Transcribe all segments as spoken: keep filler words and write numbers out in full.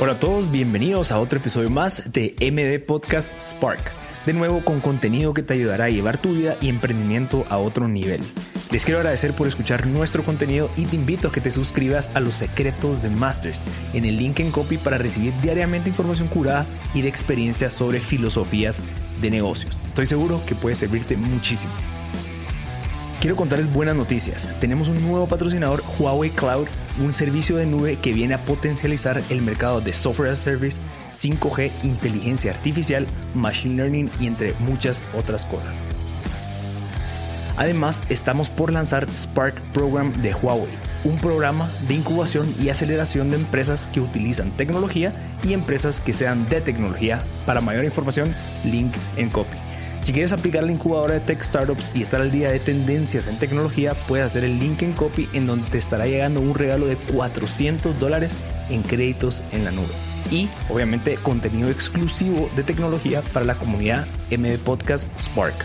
Hola a todos, bienvenidos a otro episodio más de M D Podcast Spark. De nuevo con contenido que te ayudará a llevar tu vida y emprendimiento a otro nivel. Les quiero agradecer por escuchar nuestro contenido y te invito a que te suscribas a Los Secretos de Masters en el link en copy para recibir diariamente información curada y de experiencias sobre filosofías de negocios. Estoy seguro que puede servirte muchísimo. Quiero contarles buenas noticias. Tenemos un nuevo patrocinador, Huawei Cloud, un servicio de nube que viene a potencializar el mercado de Software as a Service, cinco G, inteligencia artificial, Machine Learning y entre muchas otras cosas. Además, estamos por lanzar Spark Program de Huawei, un programa de incubación y aceleración de empresas que utilizan tecnología y empresas que sean de tecnología. Para mayor información, link en copy. Si quieres aplicar la incubadora de Tech Startups y estar al día de tendencias en tecnología, puedes hacer el link en copy en donde te estará llegando un regalo de cuatrocientos dólares en créditos en la nube. Y, obviamente, contenido exclusivo de tecnología para la comunidad M D Podcast Spark.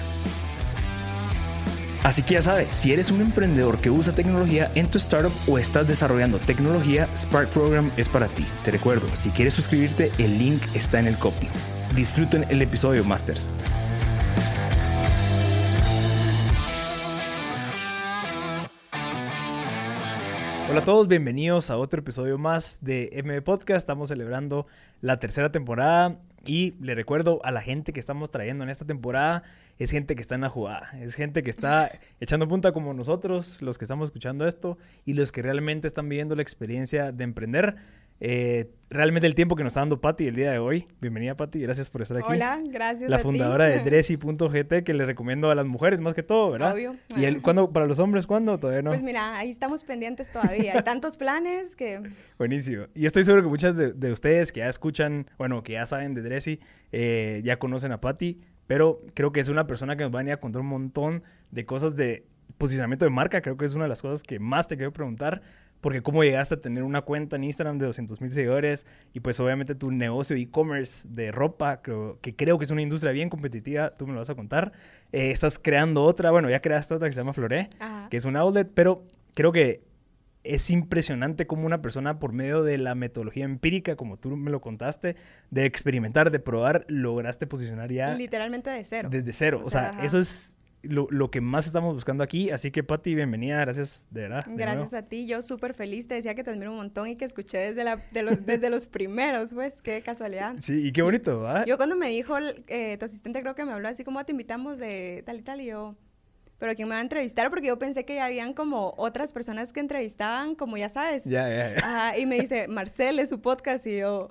Así que ya sabes, si eres un emprendedor que usa tecnología en tu startup o estás desarrollando tecnología, Spark Program es para ti. Te recuerdo, si quieres suscribirte, el link está en el copy. Disfruten el episodio, Masters. Hola a todos, bienvenidos a otro episodio más de M D Podcast. Estamos celebrando la tercera temporada y le recuerdo a la gente que estamos trayendo en esta temporada, es gente que está en la jugada, es gente que está echando punta como nosotros, los que estamos escuchando esto y los que realmente están viviendo la experiencia de emprender. Eh, realmente el tiempo que nos está dando Pati el día de hoy. Bienvenida, Pati, gracias por estar aquí. Hola, gracias La a fundadora ti. de Dressy punto G T, que le recomiendo a las mujeres más que todo, ¿verdad? Obvio. ¿Y el, ¿cuándo, para los hombres cuándo? Todavía no. Pues mira, ahí estamos pendientes todavía. Hay tantos planes que... Buenísimo. Y estoy seguro que muchas de, de ustedes que ya escuchan, bueno, que ya saben de Dressy, eh, ya conocen a Pati, pero creo que es una persona que nos va a venir a contar un montón de cosas de posicionamiento de marca. Creo que es una de las cosas que más te quiero preguntar. Porque cómo llegaste a tener una cuenta en Instagram de doscientos mil seguidores y pues obviamente tu negocio de e-commerce de ropa, creo, que creo que es una industria bien competitiva, tú me lo vas a contar. Eh, estás creando otra, bueno, ya creaste otra que se llama Floré, Ajá. que es un outlet, pero creo que es impresionante cómo una persona por medio de la metodología empírica, como tú me lo contaste, de experimentar, de probar, lograste posicionar ya... Literalmente de cero. Desde cero, o, o sea, sea eso es... Lo, lo que más estamos buscando aquí. Así que, Pati, bienvenida. Gracias, de verdad. De Gracias nuevo. a ti. Yo súper feliz. Te decía que te admiro un montón y que escuché desde, la, de los, desde los primeros, pues. Qué casualidad. Sí, y qué bonito, ¿verdad? Yo cuando me dijo, eh, tu asistente creo que me habló así como, te invitamos de tal y tal, y yo... ¿Pero quién me va a entrevistar? Porque yo pensé que ya habían como otras personas que entrevistaban, como ya sabes. Ya, ya, ya. Ajá, y me dice, Marcel, es su podcast, y yo...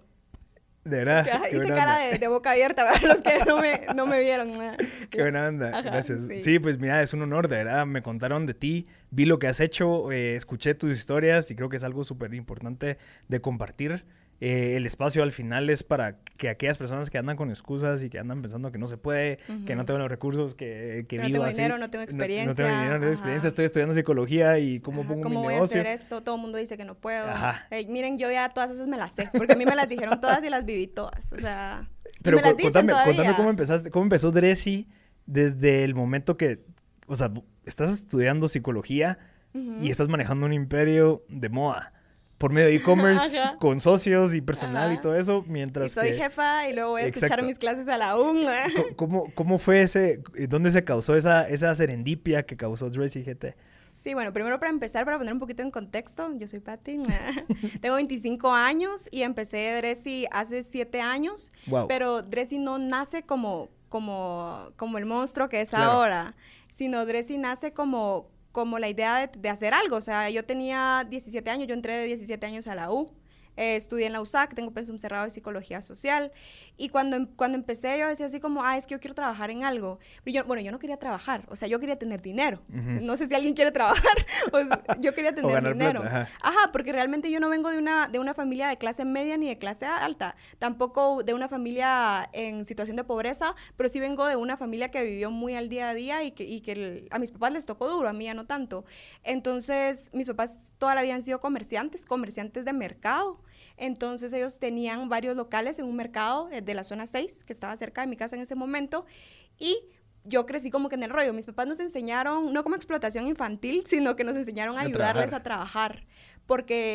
De verdad. Ajá, hice cara de, de boca abierta para los que no me, no me vieron. Qué buena onda. Ajá, gracias. Sí. sí, pues mira, es un honor, de verdad. Me contaron de ti, vi lo que has hecho, eh, escuché tus historias y creo que es algo súper importante de compartir. Eh, el espacio al final es para que aquellas personas que andan con excusas y que andan pensando que no se puede, uh-huh. que no tengo los recursos, que, que no vivo tengo así. dinero, no tengo experiencia. No, no tengo dinero, no tengo experiencia, estoy estudiando psicología y cómo Ajá, pongo ¿cómo mi voy negocio? a hacer esto? Todo el mundo dice que no puedo. Hey, miren, yo ya todas esas me las sé, porque a mí me las dijeron todas y las viví todas, o sea... Pero me las contame, dicen contame cómo empezaste, cómo empezó Dressy desde el momento que, o sea, estás estudiando psicología uh-huh. y estás manejando un imperio de moda. Por medio de e-commerce, con socios y personal Ajá. y todo eso, mientras Y soy que... jefa y luego voy a Exacto. escuchar mis clases a la U. ¿Cómo, cómo fue ese, dónde se causó esa, esa serendipia que causó Dressy G T? Sí, bueno, primero para empezar, para poner un poquito en contexto, yo soy Pati, tengo veinticinco años y empecé Dressy hace siete años, wow. pero Dressy no nace como, como, como el monstruo que es claro. ahora, sino Dressy nace como... como la idea de, de hacer algo, o sea, yo tenía diecisiete años, yo entré de diecisiete años a la U, eh, estudié en la U S A C, tengo pensum cerrado de psicología social, y cuando, cuando empecé yo decía así como, ah, es que yo quiero trabajar en algo, pero yo, bueno, yo no quería trabajar, o sea, yo quería tener dinero, uh-huh. no sé si alguien quiere trabajar, o sea, yo quería tener o ganar dinero, plata, ajá. ajá, porque realmente yo no vengo de una, de una familia de clase media ni de clase alta, tampoco de una familia en situación de pobreza, pero sí vengo de una familia que vivió muy al día a día y que, y que el, a mis papás les tocó duro, a mí ya no tanto, entonces mis papás toda la vida han sido comerciantes, comerciantes de mercado. Entonces ellos tenían varios locales en un mercado de la zona seis, que estaba cerca de mi casa en ese momento, y yo crecí como que en el rollo. Mis papás nos enseñaron, no como explotación infantil, sino que nos enseñaron a, a ayudarles trabajar. a trabajar, porque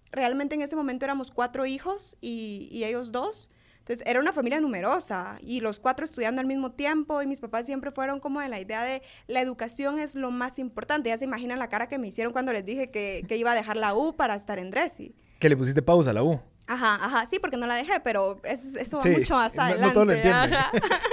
realmente en ese momento éramos cuatro hijos y, y ellos dos. Entonces, era una familia numerosa y los cuatro estudiando al mismo tiempo y mis papás siempre fueron como de la idea de la educación es lo más importante. Ya se imaginan la cara que me hicieron cuando les dije que, que iba a dejar la U para estar en Dressi. Que le pusiste pausa a la U. Ajá, ajá, sí, porque no la dejé, pero eso, eso va Sí, mucho más no- no adelante. todos lo entienden. Ajá.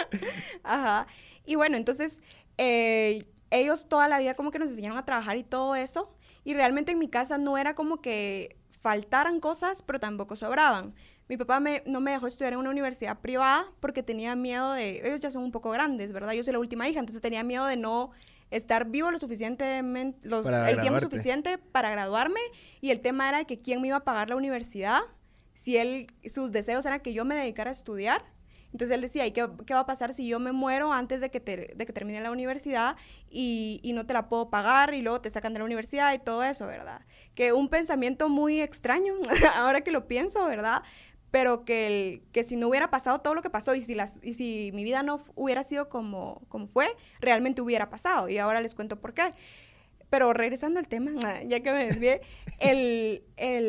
Ajá. Y bueno, entonces, eh, ellos toda la vida como que nos enseñaron a trabajar y todo eso, y realmente en mi casa no era como que faltaran cosas, pero tampoco sobraban. Mi papá me, no me dejó estudiar en una universidad privada porque tenía miedo de... Ellos ya son un poco grandes, ¿verdad? Yo soy la última hija, entonces tenía miedo de no estar vivo lo suficientemente, los, Para el tiempo graduarte. suficiente para graduarme, y el tema era que quién me iba a pagar la universidad si él, sus deseos eran que yo me dedicara a estudiar. Entonces él decía, ¿y qué, qué va a pasar si yo me muero antes de que, te, de que termine la universidad y, y no te la puedo pagar y luego te sacan de la universidad y todo eso, ¿verdad? Que un pensamiento muy extraño, ahora que lo pienso, ¿verdad? Pero que, el, que si no hubiera pasado todo lo que pasó y si, las, y si mi vida no f- hubiera sido como, como fue, realmente hubiera pasado. Y ahora les cuento por qué. Pero regresando al tema, ya que me desvié, el,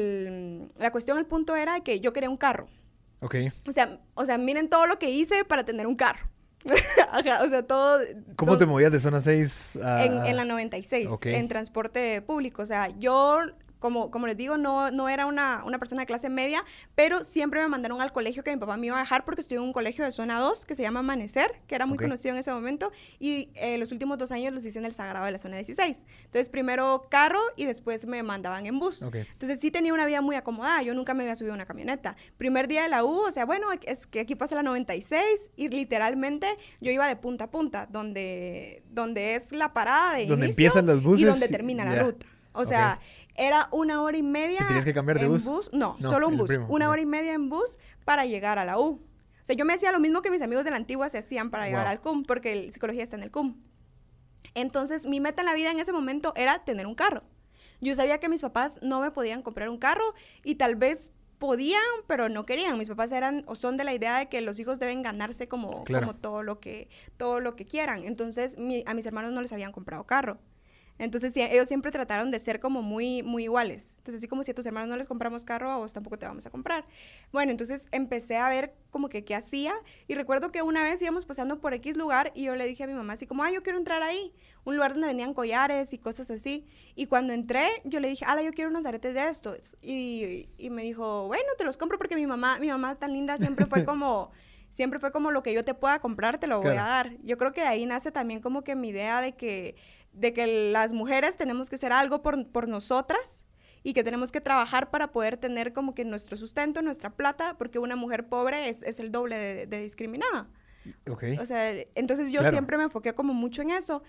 el, la cuestión, el punto era que yo quería un carro. Ok. O sea, o sea, miren todo lo que hice para tener un carro. Ajá, o sea, todo... ¿Cómo todo te movías de zona seis a...? en, en la noventa y seis, Ok. en transporte público. O sea, yo... Como, como les digo, no, no era una, una persona de clase media, pero siempre me mandaron al colegio que mi papá me iba a dejar porque estuve en un colegio de zona dos que se llama Amanecer, que era muy Ok. conocido en ese momento, y eh, los últimos dos años los hice en el Sagrado de la zona dieciséis. Entonces, primero carro y después me mandaban en bus. Ok. Entonces, sí tenía una vida muy acomodada. Yo nunca me había subido a una camioneta. Primer día de la U, o sea, bueno, es que aquí pasa la noventa y seis y literalmente yo iba de punta a punta, donde, donde es la parada de Donde inicio empiezan los buses y donde y- termina la ya. ruta. O sea, Ok. era una hora y media ¿Y tenías que cambiar de en bus? No, No, solo un el bus. primo, Una ok. hora y media en bus para llegar a la U. O sea, yo me hacía lo mismo que mis amigos de la antigua se hacían para llegar Wow. al C U M, porque el psicología está en el C U M. Entonces, mi meta en la vida en ese momento era tener un carro. Yo sabía que mis papás no me podían comprar un carro y tal vez podían, pero no querían. Mis papás eran o son de la idea de que los hijos deben ganarse como, Claro. como todo lo que todo lo que quieran. Entonces, mi- a mis hermanos no les habían comprado carro. Entonces, sí, ellos siempre trataron de ser como muy, muy iguales. Entonces, así como si a tus hermanos no les compramos carro, a vos tampoco te vamos a comprar. Bueno, entonces empecé a ver como que qué hacía. Y recuerdo que una vez íbamos pasando por X lugar y yo le dije a mi mamá así como, ah, yo quiero entrar ahí. Un lugar donde vendían collares y cosas así. Y cuando entré, yo le dije, ala, yo quiero unos aretes de estos. Y, y me dijo, bueno, te los compro porque mi mamá, mi mamá tan linda siempre fue como... Siempre fue como lo que yo te pueda comprar, te lo voy Claro. a dar. Yo creo que de ahí nace también como que mi idea de que, de que las mujeres tenemos que hacer algo por, por nosotras y que tenemos que trabajar para poder tener como que nuestro sustento, nuestra plata, porque una mujer pobre es, es el doble de, de discriminada. Ok. O sea, entonces yo Claro. siempre me enfoqué como mucho en eso.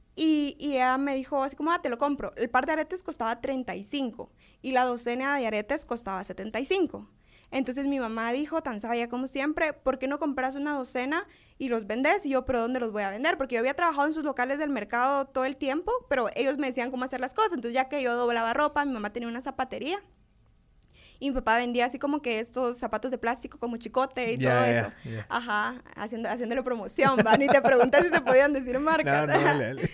Y, y ella me dijo así como, ah, te lo compro. El par de aretes costaba treinta y cinco y la docena de aretes costaba setenta y cinco. Entonces mi mamá dijo, tan sabia como siempre, ¿por qué no compras una docena y los vendes? Y yo, ¿pero dónde los voy a vender? Porque yo había trabajado en sus locales del mercado todo el tiempo, pero ellos me decían cómo hacer las cosas. Entonces ya que yo doblaba ropa, mi mamá tenía una zapatería. Y mi papá vendía así como que estos zapatos de plástico como chicote y Ya, todo ya, eso. ya. Ajá, haciendo, haciéndole promoción, van y te preguntas si se podían decir No, marcas. no, dale, dale.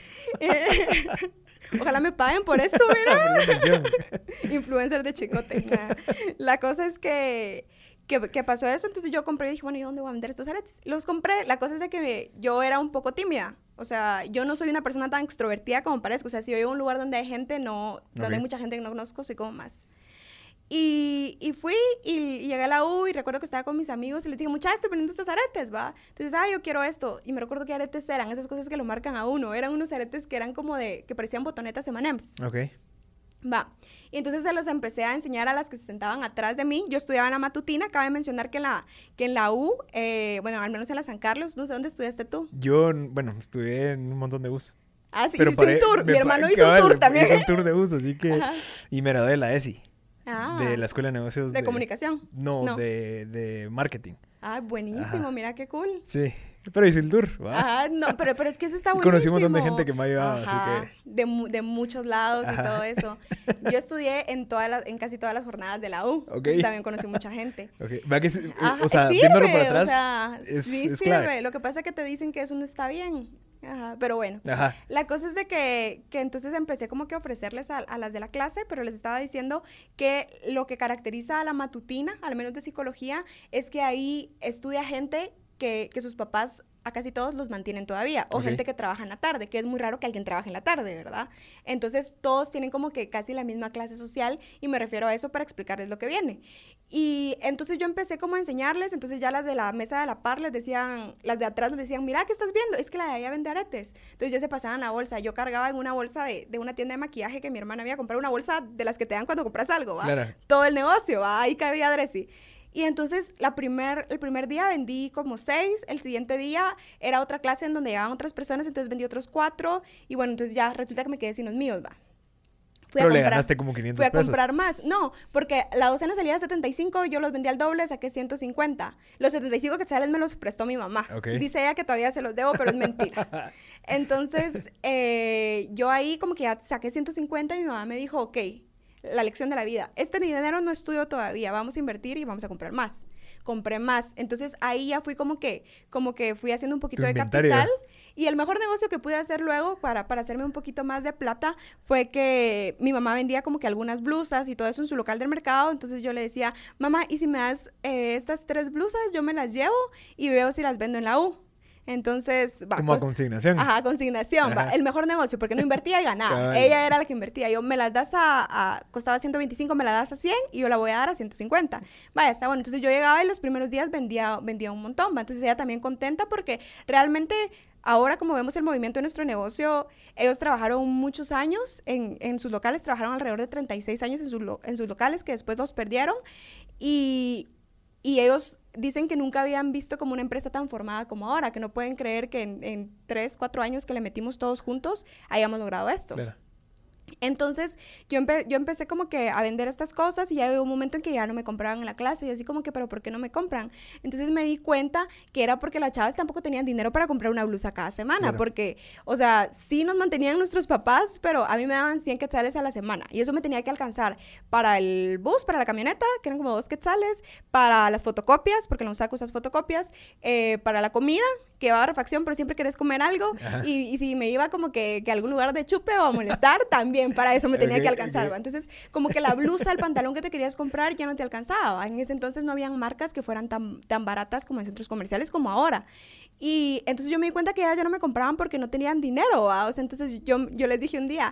Ojalá me paguen por esto, mira. Por la mención. Influencer de chicote. Nah. La cosa es que, que, que pasó eso, entonces yo compré y dije, bueno, ¿y dónde voy a vender estos aretes? Los compré, la cosa es de que me- yo era un poco tímida. O sea, yo no soy una persona tan extrovertida como parezco. O sea, si yo voy a un lugar donde hay gente, no, donde Ok. hay mucha gente que no conozco, soy como más... Y, y fui y, y llegué a la U y recuerdo que estaba con mis amigos y les dije, muchachos, estoy vendiendo estos aretes, ¿va? Entonces, ah, yo quiero esto. Y me recuerdo qué aretes eran, esas cosas que lo marcan a uno. Eran unos aretes que eran como de, que parecían botonetas M and M's. Ok. Va. Y entonces se los empecé a enseñar a las que se sentaban atrás de mí. Yo estudiaba en la matutina. Cabe mencionar que en la, que en la U, eh, bueno, al menos en la San Carlos, no sé dónde estudiaste tú. Yo, bueno, estudié en un montón de bus. Ah, sí, Pero hiciste paré- un tour. me Mi pa- hermano hizo un cabal, tour también. Hizo un tour de bus, así que... Ajá. Y me gradué de la E S I. Ah, De la Escuela de Negocios ¿de comunicación? No, No. De, de marketing. Ah, buenísimo. Ajá. Mira qué cool. Sí. Pero hice el tour. ¿va? Ajá, no, pero, pero es que eso está Y buenísimo. conocí un montón de gente que me ha ayudado, así Ajá, que- de, mu- de muchos lados Ajá. y todo eso. Yo estudié en, todas las, en casi todas las jornadas de la U. Ok. Entonces también conocí mucha gente. Okay. ¿Va que, se- Ajá, o sea, sirve, viéndolo para atrás, o sea, es, sí es sirve. clave. Lo que pasa es que te dicen que eso no está bien. Ajá, pero bueno. Ajá. La cosa es de que, que entonces empecé como que a ofrecerles a, a las de la clase, pero les estaba diciendo que lo que caracteriza a la matutina, al menos de psicología, es que ahí estudia gente que, que sus papás a casi todos los mantienen todavía, o okay. gente que trabaja en la tarde, que es muy raro que alguien trabaje en la tarde, ¿verdad? Entonces todos tienen como que casi la misma clase social, y me refiero a eso para explicarles lo que viene. Y entonces yo empecé como a enseñarles, entonces ya las de la mesa de la par les decían, las de atrás les decían, mira, ¿qué estás viendo? Es que la de allá vende aretes. Entonces ya se pasaban la bolsa, yo cargaba en una bolsa de, de una tienda de maquillaje que mi hermana había comprado, una bolsa de las que te dan cuando compras algo, ¿va? Claro. Todo el negocio, ¿va? Ahí cabía Dressy. Y entonces la primer, el primer día vendí como seis, el siguiente día era otra clase en donde llegaban otras personas, entonces vendí otros cuatro, y bueno, entonces ya resulta que me quedé sin los míos, va. Fui Pero a le comprar, ganaste como quinientos fui a pesos. comprar más. No, porque la docena salía de setenta y cinco, yo los vendí al doble, saqué ciento cincuenta. Los setenta y cinco quetzales me los prestó mi mamá. Okay. Dice ella que todavía se los debo, pero es mentira. Entonces, eh, yo ahí como que ya saqué ciento cincuenta y mi mamá me dijo, ok, la lección de la vida. Este dinero no estudio todavía, vamos a invertir y vamos a comprar más. Compré más. Entonces ahí ya fui como que, como que fui haciendo un poquito Tu de inventario. capital. Y el mejor negocio que pude hacer luego para, para hacerme un poquito más de plata fue que mi mamá vendía como que algunas blusas y todo eso en su local del mercado. Entonces yo le decía, mamá, ¿y si me das eh, estas tres blusas? Yo me las llevo y veo si las vendo en la U. Entonces, va. Como pues, a consignación. Ajá, consignación, Ajá. va. El mejor negocio, porque no invertía y ganaba. Cabal. Ella era la que invertía. Yo me las das a, a, costaba ciento veinticinco, me las das a cien y yo la voy a dar a ciento cincuenta. Vaya, está bueno. Entonces yo llegaba y los primeros días vendía, vendía un montón, va. Entonces ella también contenta porque realmente ahora, como vemos el movimiento de nuestro negocio, ellos trabajaron muchos años en, en sus locales, trabajaron alrededor de treinta y seis años en sus, lo, en sus locales, que después los perdieron, y, y ellos dicen que nunca habían visto como una empresa tan formada como ahora, que no pueden creer que en, en tres, cuatro años que le metimos todos juntos, hayamos logrado esto. Claro. Entonces, yo, empe yo empecé como que a vender estas cosas y ya hubo un momento en que ya no me compraban en la clase y así como que, ¿pero por qué no me compran? Entonces me di cuenta que era porque las chavas tampoco tenían dinero para comprar una blusa cada semana, claro. Porque, o sea, sí nos mantenían nuestros papás, pero a mí me daban cien quetzales a la semana y eso me tenía que alcanzar para el bus, para la camioneta, que eran como dos quetzales, para las fotocopias, porque en los sacos usas fotocopias, eh, para la comida, que va a refacción, pero siempre querés comer algo, y, y si me iba como que, que a algún lugar de chupe o a molestar, también para eso me tenía okay, que alcanzar, okay. Entonces, como que la blusa, el pantalón que te querías comprar ya no te alcanzaba. En ese entonces no habían marcas que fueran tan, tan baratas como en centros comerciales como ahora. Y entonces yo me di cuenta que ellas ya no me compraban porque no tenían dinero, ¿va? O sea, entonces yo, yo les dije un día,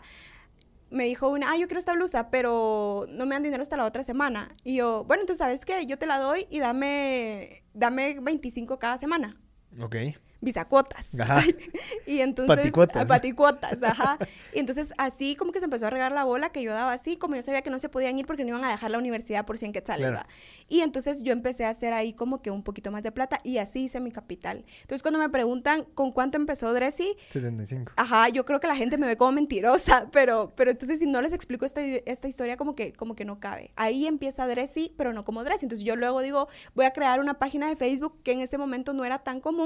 me dijo una, ah, yo quiero esta blusa, pero no me dan dinero hasta la otra semana. Y yo, bueno, entonces, ¿sabes qué? Yo te la doy y dame, dame veinticinco cada semana. Ok. Bisacuotas. Ajá. Y entonces... Paticuotas. Paticuotas, ajá. Y entonces así como que se empezó a regar la bola que yo daba así, como yo sabía que no se podían ir porque no iban a dejar la universidad por cien quetzales, claro. Y entonces yo empecé a hacer ahí como que un poquito más de plata y así hice mi capital. Entonces cuando me preguntan con cuánto empezó Dressy... setenta y cinco. Ajá, yo creo que la gente me ve como mentirosa, pero, pero entonces si no les explico esta, esta historia como que, como que no cabe. Ahí empieza Dressy, pero no como Dressy. Entonces yo luego digo, voy a crear una página de Facebook que en ese momento no era tan común,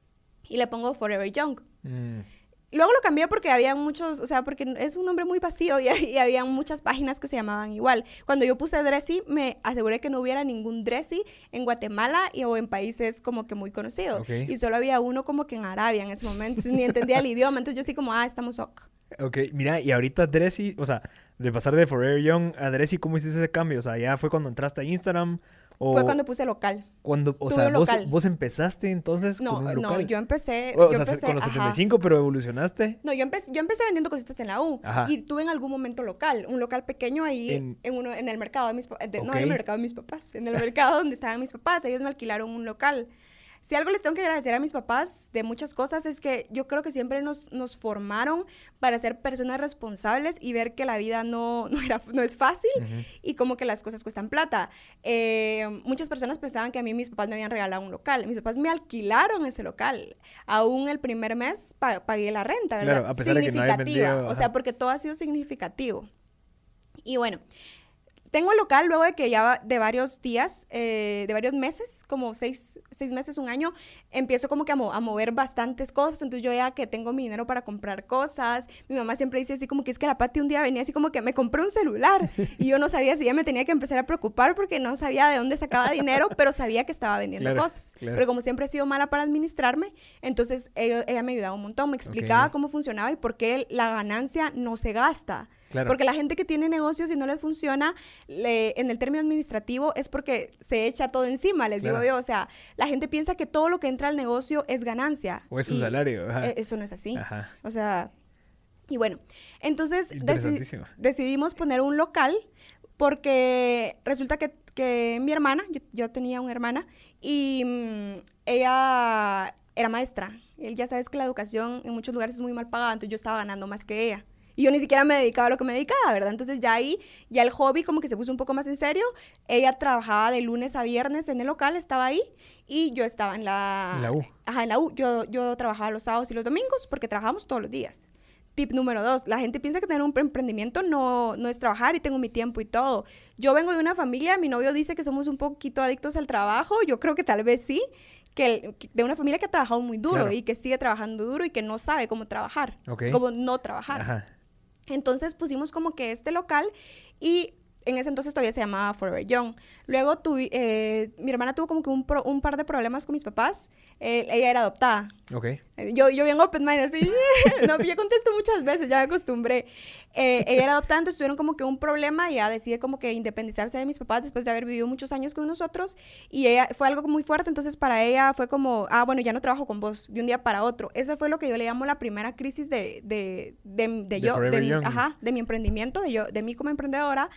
y le pongo Forever Young. Mm. Luego lo cambié porque había muchos, o sea, porque es un nombre muy vacío y, y había muchas páginas que se llamaban igual. Cuando yo puse Dressy, me aseguré que no hubiera ningún Dressy en Guatemala y, o en países como que muy conocidos. Okay. Y solo había uno como que en Arabia en ese momento, ni entendía el idioma. Entonces yo así como, ah, estamos ok. Ok, mira, y ahorita Dressy, o sea, de pasar de Forever Young a Dressy, ¿cómo hiciste ese cambio? O sea, ¿ya fue cuando entraste a Instagram? O fue cuando puse local. Cuando, o Tuve sea, vos, vos empezaste entonces no, con un local. No, yo empecé... O, yo sea, empecé, con los setenta y cinco, ajá. Pero evolucionaste. No, yo empecé, yo empecé vendiendo cositas en la U. Ajá. Y tuve en algún momento local, un local pequeño ahí en, en, uno, en el mercado de mis papás. Okay. No, en el mercado de mis papás. En el mercado donde estaban mis papás. Ellos me alquilaron un local. Si algo les tengo que agradecer a mis papás de muchas cosas es que yo creo que siempre nos, nos formaron para ser personas responsables y ver que la vida no, no, era, no es fácil uh-huh. Y como que las cosas cuestan plata. Eh, muchas personas pensaban que a mí mis papás me habían regalado un local. Mis papás me alquilaron ese local. Aún el primer mes pa- pagué la renta, ¿verdad? Claro, a pesar de que no había vendido, o sea, porque todo ha sido significativo. Y bueno... tengo el local luego de que ya de varios días, eh, de varios meses, como seis, seis meses, un año, empiezo como que a, mo a mover bastantes cosas. Entonces yo ya que tengo mi dinero para comprar cosas, mi mamá siempre dice así como que es que la Pati un día venía así como que me compré un celular y yo no sabía si ya me tenía que empezar a preocupar porque no sabía de dónde sacaba dinero, pero sabía que estaba vendiendo claro, cosas. Claro. Pero como siempre he sido mala para administrarme, entonces ella, ella me ayudaba un montón, me explicaba okay. cómo funcionaba y por qué la ganancia no se gasta. Claro. Porque la gente que tiene negocios y no les funciona, le, en el término administrativo, es porque se echa todo encima, les claro. digo yo. O sea, la gente piensa que todo lo que entra al negocio es ganancia. O es su salario. Ajá. Eso no es así. Ajá. O sea, y bueno, entonces deci decidimos poner un local porque resulta que, que mi hermana, yo, yo tenía una hermana, y mmm, ella era maestra. Y ya sabes que la educación en muchos lugares es muy mal pagada, entonces yo estaba ganando más que ella. Y yo ni siquiera me dedicaba a lo que me dedicaba, ¿verdad? Entonces ya ahí, ya el hobby como que se puso un poco más en serio. Ella trabajaba de lunes a viernes en el local, estaba ahí. Y yo estaba en la... En la U. Ajá, en la U. Yo, yo trabajaba los sábados y los domingos porque trabajamos todos los días. Tip número dos. La gente piensa que tener un emprendimiento no, no es trabajar y tengo mi tiempo y todo. Yo vengo de una familia, mi novio dice que somos un poquito adictos al trabajo. Yo creo que tal vez sí. Que, el, que de una familia que ha trabajado muy duro claro. y que sigue trabajando duro y que no sabe cómo trabajar. Okay. Cómo no trabajar. Ajá. Entonces pusimos como que este local y en ese entonces todavía se llamaba Forever Young. Luego tuvi, eh, mi hermana tuvo como que un, pro, un par de problemas con mis papás. Eh, ella era adoptada. Okay. Yo, yo bien open mind, así. No, yo contesto muchas veces, ya me acostumbré. Eh, ella era adoptada, entonces tuvieron como que un problema y ella decide como que independizarse de mis papás después de haber vivido muchos años con nosotros. Y ella fue algo muy fuerte, entonces para ella fue como, ah, bueno, ya no trabajo con vos de un día para otro. Esa fue lo que yo le llamo la primera crisis de, de, de, de, de yo, de, ajá, de mi emprendimiento, de, yo, de mí como emprendedora.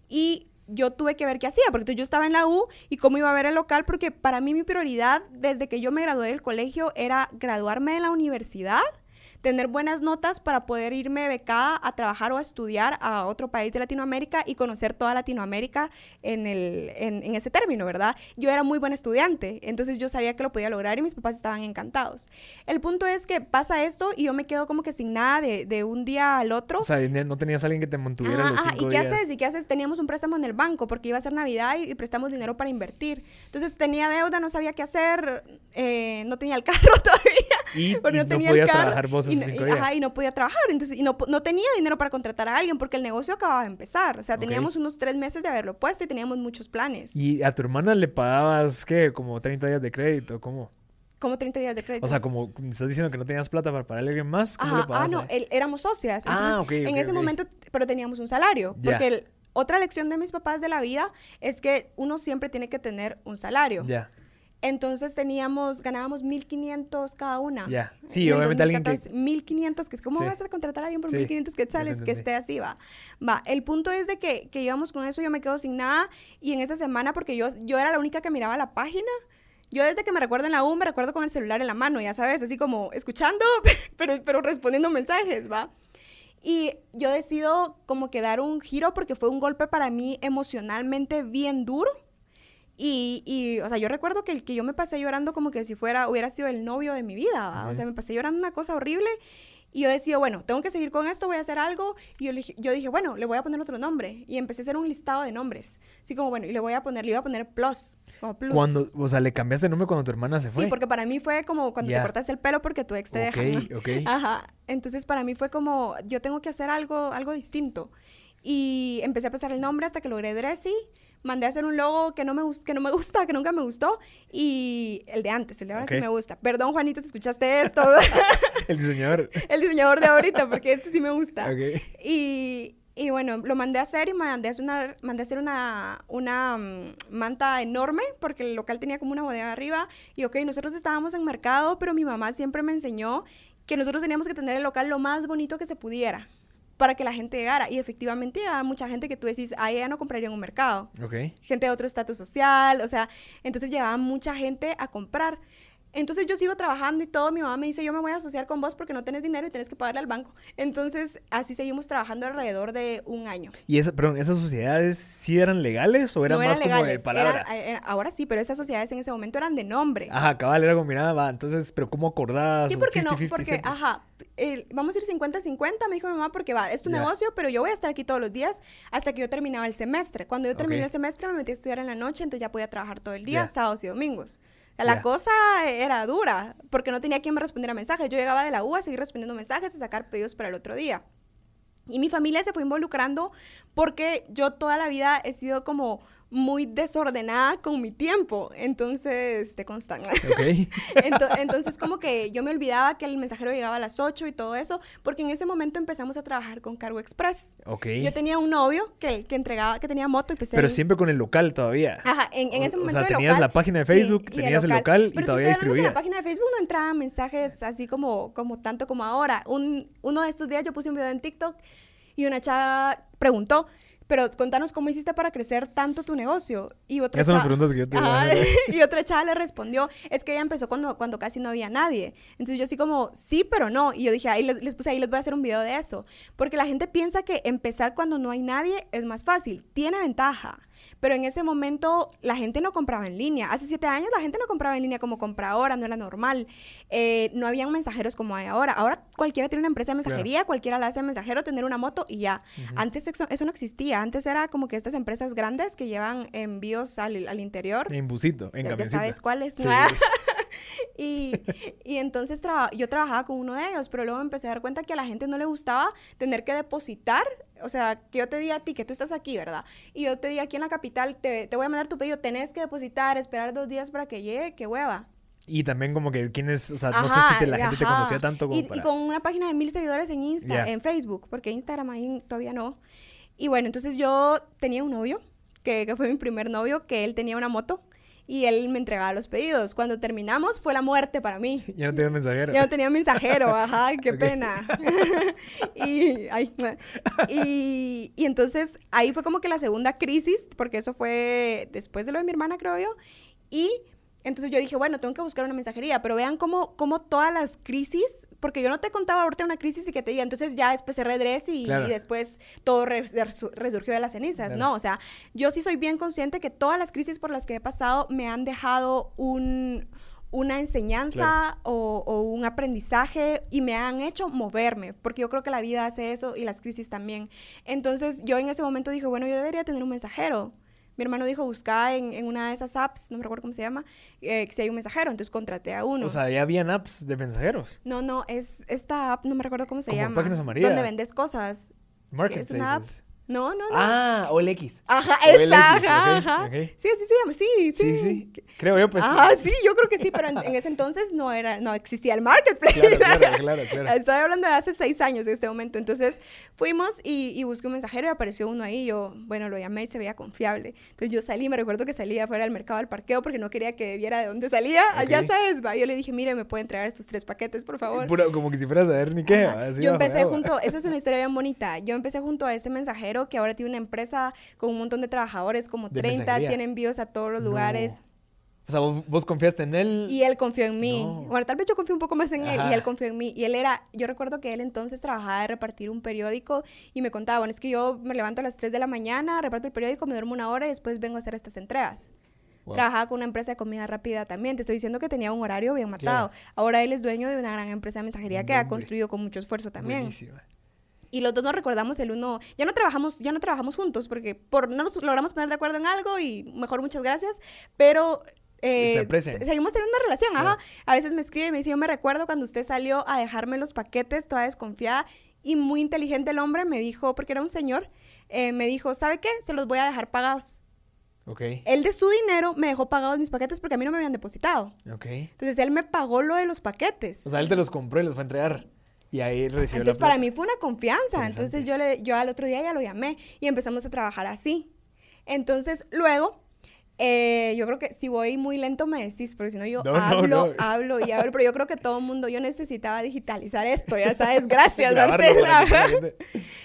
Y yo tuve que ver qué hacía, porque yo estaba en la U y cómo iba a ver el local, porque para mí mi prioridad desde que yo me gradué del colegio era graduarme de la universidad, tener buenas notas para poder irme becada a trabajar o a estudiar a otro país de Latinoamérica y conocer toda Latinoamérica en, el, en, en ese término, ¿verdad? Yo era muy buen estudiante, entonces yo sabía que lo podía lograr y mis papás estaban encantados. El punto es que pasa esto y yo me quedo como que sin nada de, de un día al otro. O sea, no tenías a alguien que te mantuviera ah, los cinco ¿y qué días? haces? ¿Y qué haces? Teníamos un préstamo en el banco porque iba a ser Navidad y, y prestamos dinero para invertir. Entonces tenía deuda, no sabía qué hacer, eh, no tenía el carro todavía. Y, pero y no, no tenía podías el carro, trabajar vos esos y, cinco y, días. Ajá, y no podía trabajar, entonces, y no, no tenía dinero para contratar a alguien porque el negocio acababa de empezar. O sea, okay. teníamos unos tres meses de haberlo puesto y teníamos muchos planes. ¿Y a tu hermana le pagabas, qué, como treinta días de crédito? ¿Cómo? ¿Cómo treinta días de crédito? O sea, como me estás diciendo que no tenías plata para pagarle a alguien más, ¿cómo Ajá, le pagabas? Ah, no, él, éramos socias. Entonces, ah, ok, ok, en ese okay. momento, pero teníamos un salario. Yeah. Porque el, otra lección de mis papás de la vida es que uno siempre tiene que tener un salario. Ya. Yeah. Entonces teníamos, ganábamos mil quinientos cada una. Ya, yeah. sí, obviamente alguien que... mil quinientos, que es ¿cómo sí. vas a contratar a alguien por sí. mil quinientos quetzales que esté así, va? Va, el punto es de que, que íbamos con eso, yo me quedo sin nada, y en esa semana, porque yo, yo era la única que miraba la página, yo desde que me recuerdo en la U, me recuerdo con el celular en la mano, ya sabes, así como escuchando, pero, pero respondiendo mensajes, ¿va? Y yo decido como que dar un giro, porque fue un golpe para mí emocionalmente bien duro. Y, y, o sea, yo recuerdo que, que yo me pasé llorando como que si fuera, hubiera sido el novio de mi vida, uh-huh. O sea, me pasé llorando una cosa horrible y yo decía, bueno, tengo que seguir con esto, voy a hacer algo. Y yo, yo dije, bueno, le voy a poner otro nombre. Y empecé a hacer un listado de nombres. Así como, bueno, y le voy a poner, le iba a poner Plus, como Plus. Cuando, o sea, ¿le cambiaste el nombre cuando tu hermana se fue? Sí, porque para mí fue como cuando yeah. te cortas el pelo porque tu ex te okay, deja, ¿no? Ok, ok. Ajá, entonces para mí fue como, yo tengo que hacer algo, algo distinto. Y empecé a pensar el nombre hasta que logré Dressy. Mandé a hacer un logo que no me, que no me gusta, que nunca me gustó. Y el de antes, el de ahora okay. sí me gusta. Perdón, Juanito, si escuchaste esto. El diseñador. El diseñador de ahorita, porque este sí me gusta. Okay. Y, y bueno, lo mandé a hacer y mandé a hacer una, mandé a hacer una, una um, manta enorme, porque el local tenía como una bodega arriba. Y ok, nosotros estábamos en mercado, pero mi mamá siempre me enseñó que nosotros teníamos que tener el local lo más bonito que se pudiera, para que la gente llegara. Y efectivamente llegaba mucha gente que tú decís, ah, ella no compraría en un mercado. Okay. Gente de otro estatus social, o sea, entonces llegaba mucha gente a comprar. Entonces yo sigo trabajando y todo, mi mamá me dice, yo me voy a asociar con vos porque no tenés dinero y tenés que pagarle al banco. Entonces así seguimos trabajando alrededor de un año. ¿Y esa, perdón, esas sociedades sí eran legales o eran No más eran como de legales, palabra? era- era- ahora sí, pero esas sociedades en ese momento eran de nombre. Ajá, cabal, era como, mira, va, entonces, pero ¿cómo acordás? Sí, ¿O porque no, cincuenta, porque, cincuenta, ajá, el- vamos a ir cincuenta cincuenta, me dijo mi mamá, porque va, es tu Ya. negocio, pero yo voy a estar aquí todos los días hasta que yo terminaba el semestre. Cuando yo terminé Ok. el semestre me metí a estudiar en la noche, entonces ya podía trabajar todo el día, Ya. sábados y domingos. O sea, la Ya. cosa era dura, porque no tenía quien me respondiera mensajes. Yo llegaba de la U a seguir respondiendo mensajes, a sacar pedidos para el otro día. Y mi familia se fue involucrando porque yo toda la vida he sido como muy desordenada con mi tiempo. Entonces, te constan. Ok. Ento- entonces, como que yo me olvidaba que el mensajero llegaba a las ocho y todo eso, porque en ese momento empezamos a trabajar con Cargo Express. Ok. Yo tenía un novio que, que entregaba, que tenía moto y pues Pero él- siempre con el local todavía. Ajá, en, en O- ese o momento sea, el tenías local, la página de sí, Facebook, y tenías el local y Pero te todavía estoy hablando que en la distribuías. página de Facebook no entraban mensajes así como, como tanto como ahora. Un, uno de estos días yo puse un video en TikTok y una chava preguntó, pero contanos cómo hiciste para crecer tanto tu negocio. Y otra Esas son las chava- preguntas que yo te Ajá, iba a hacer. y otra chava le respondió, es que ella empezó cuando, cuando casi no había nadie. Entonces yo así como, sí, pero no. Y yo dije, ahí les, les puse ahí, les voy a hacer un video de eso. Porque la gente piensa que empezar cuando no hay nadie es más fácil. Tiene ventaja. Pero en ese momento la gente no compraba en línea. Hace siete años la gente no compraba en línea como compra ahora, no era normal. Eh, no habían mensajeros como hay ahora. Ahora cualquiera tiene una empresa de mensajería, Claro. cualquiera la hace de mensajero, tener una moto y ya. Ujú. Antes eso, eso no existía. Antes era como que estas empresas grandes que llevan envíos al, al interior. En busito, en Ya- ya camioncita. sabes cuáles. Sí. y, y entonces traba- yo trabajaba con uno de ellos, pero luego me empecé a dar cuenta que a la gente no le gustaba tener que depositar. O sea, que yo te diga a ti que tú estás aquí, ¿verdad? Y yo te diga aquí en la capital, te, te voy a mandar tu pedido, tenés que depositar, esperar dos días para que llegue, qué hueva. Y también como que quiénes, o sea, no sé Ajá, si te- la gente te ajá. conocía tanto como y, para... y con una página de mil seguidores en Insta, Ya. en Facebook, porque Instagram ahí todavía no. Y bueno, entonces yo tenía un novio, que, que fue mi primer novio, que él tenía una moto y él me entregaba los pedidos. Cuando terminamos fue la muerte para mí. Ya no tenías mensajero. Ya no tenía mensajero, ajá, qué Ok. pena. y, ay, y, y entonces ahí fue como que la segunda crisis, porque eso fue después de lo de mi hermana, creo yo. Y entonces yo dije, bueno, tengo que buscar una mensajería, pero vean cómo, cómo todas las crisis, porque yo no te contaba ahorita una crisis y que te diga, entonces ya después cerré Dress y, Claro. y después todo re- resu- resurgió de las cenizas. Claro. No, o sea, yo sí soy bien consciente que todas las crisis por las que he pasado me han dejado un, una enseñanza Claro. o, o un aprendizaje y me han hecho moverme, porque yo creo que la vida hace eso y las crisis también. Entonces yo en ese momento dije, bueno, yo debería tener un mensajero. Mi hermano dijo, busca en, en una de esas apps, no me recuerdo cómo se llama, eh, si hay un mensajero, entonces contraté a uno. O sea, ya habían apps de mensajeros. no, no, es esta app, no me recuerdo cómo se Como llama. páginas amarillas. Donde vendes cosas. Marketplaces. Es una app. No, no, no. Ah, O L X. Ajá, O L X, esa, ok, ajá, ajá. ok. Sí, así se llama, sí, Sí, sí. sí. Creo yo, pues. Ah, sí, yo creo que sí, pero en, en ese entonces no era, no existía el marketplace. Claro, claro, claro, claro. Estoy hablando de hace seis años en este momento. Entonces fuimos y, y busqué un mensajero y apareció uno ahí. Yo, bueno, lo llamé y se veía confiable. Entonces yo salí, me recuerdo que salía afuera del mercado del parqueo porque no quería que viera de dónde salía. Ok. Ya sabes, va. Yo le dije, mire, ¿me puede entregar estos tres paquetes, por favor? Pura- como que si fueras a ver ni qué. Ajá. así Yo bajo empecé agua. junto, esa es una historia bien bonita. Yo empecé junto a ese mensajero que ahora tiene una empresa con un montón de trabajadores, como De treinta, mensajería. tiene envíos a todos los No. lugares. O sea, vos, vos confiaste en él. Y él confió en mí. No. Bueno, tal vez yo confío un poco más en él Ajá. y él confió en mí. Y él era, yo recuerdo que él entonces trabajaba de repartir un periódico y me contaba, bueno, es que yo me levanto a las tres de la mañana, reparto el periódico, me duermo una hora y después vengo a hacer estas entregas. Wow. Trabajaba con una empresa de comida rápida también. Te estoy diciendo que tenía un horario bien matado. Claro. Ahora él es dueño de una gran empresa de mensajería que ha Hombre. construido con mucho esfuerzo también. Buenísima. Y los dos nos recordamos el uno, ya no trabajamos, ya no trabajamos juntos porque por no nos logramos poner de acuerdo en algo y mejor muchas gracias, pero eh, Se aprecian. seguimos teniendo una relación, Claro. ajá. A veces me escribe y me dice, yo me recuerdo cuando usted salió a dejarme los paquetes toda desconfiada y muy inteligente el hombre me dijo, porque era un señor, eh, me dijo, ¿sabe qué? Se los voy a dejar pagados. Ok. Él de su dinero me dejó pagados mis paquetes porque a mí no me habían depositado. Ok. Entonces él me pagó lo de los paquetes. O sea, él te los compró y los fue a entregar. Y ahí recibió Entonces, la para plata. mí fue una confianza. Interesante. Entonces, yo, le, yo al otro día ya lo llamé y empezamos a trabajar así. Entonces, luego, eh, yo creo que si voy muy lento me decís, porque si no yo No, no, hablo, no. hablo y hablo. Pero yo creo que todo el mundo, yo necesitaba digitalizar esto, ya sabes. Gracias, Grabarlo Marcela. para que la gente-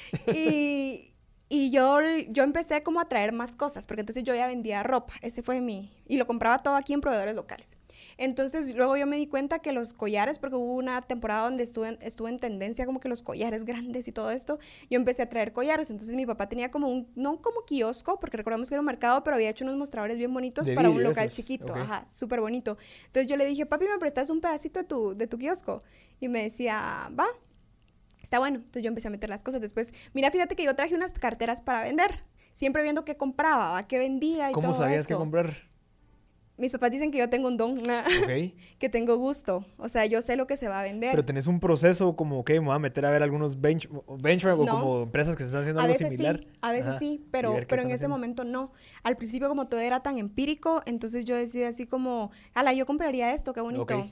Y, y yo, yo empecé como a traer más cosas, porque entonces yo ya vendía ropa. Ese fue mi... Y lo compraba todo aquí en proveedores locales. Entonces, luego yo me di cuenta que los collares, porque hubo una temporada donde estuve, estuve en tendencia como que los collares grandes y todo esto, yo empecé a traer collares. Entonces, mi papá tenía como un, no como kiosco, porque recordamos que era un mercado, pero había hecho unos mostradores bien bonitos de para vidrio, un local esos. chiquito. Okay. Ajá, súper bonito. Entonces, yo le dije, papi, ¿me prestas un pedacito de tu, de tu kiosco? Y me decía, va, está bueno. Entonces, yo empecé a meter las cosas. Después, mira, fíjate que yo traje unas carteras para vender. Siempre viendo qué compraba, qué vendía y todo eso. ¿Cómo sabías qué comprar? Mis papás dicen que yo tengo un don, Okay. que tengo gusto. O sea, yo sé lo que se va a vender. Pero tenés un proceso como, ok, me voy a meter a ver algunos bench, benchmark No. o como empresas que se están haciendo A algo veces similar. sí, a veces Ajá. sí, Y pero, ver qué pero en están ese haciendo. momento no. Al principio como todo era tan empírico, entonces yo decía así como, ala, yo compraría esto, qué bonito. Ok.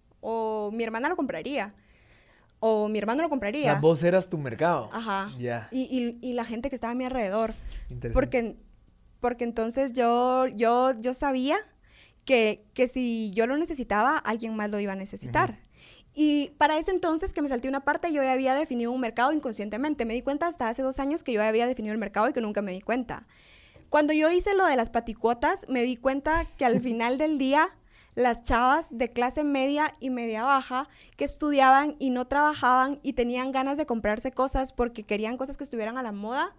O mi hermana lo compraría. O mi hermano lo O compraría. sea, vos eras tu mercado. Ajá. Ya. Y, y, y la gente que estaba a mi alrededor. Interesante. Porque, porque entonces yo, yo, yo sabía que, que si yo lo necesitaba, alguien más lo iba a necesitar. Uh-huh. Y para ese entonces que me salté una parte, yo ya había definido un mercado inconscientemente. Me di cuenta hasta hace dos años que yo había definido el mercado y que nunca me di cuenta. Cuando yo hice lo de las paticuotas, me di cuenta que al final del día, las chavas de clase media y media baja que estudiaban y no trabajaban y tenían ganas de comprarse cosas porque querían cosas que estuvieran a la moda,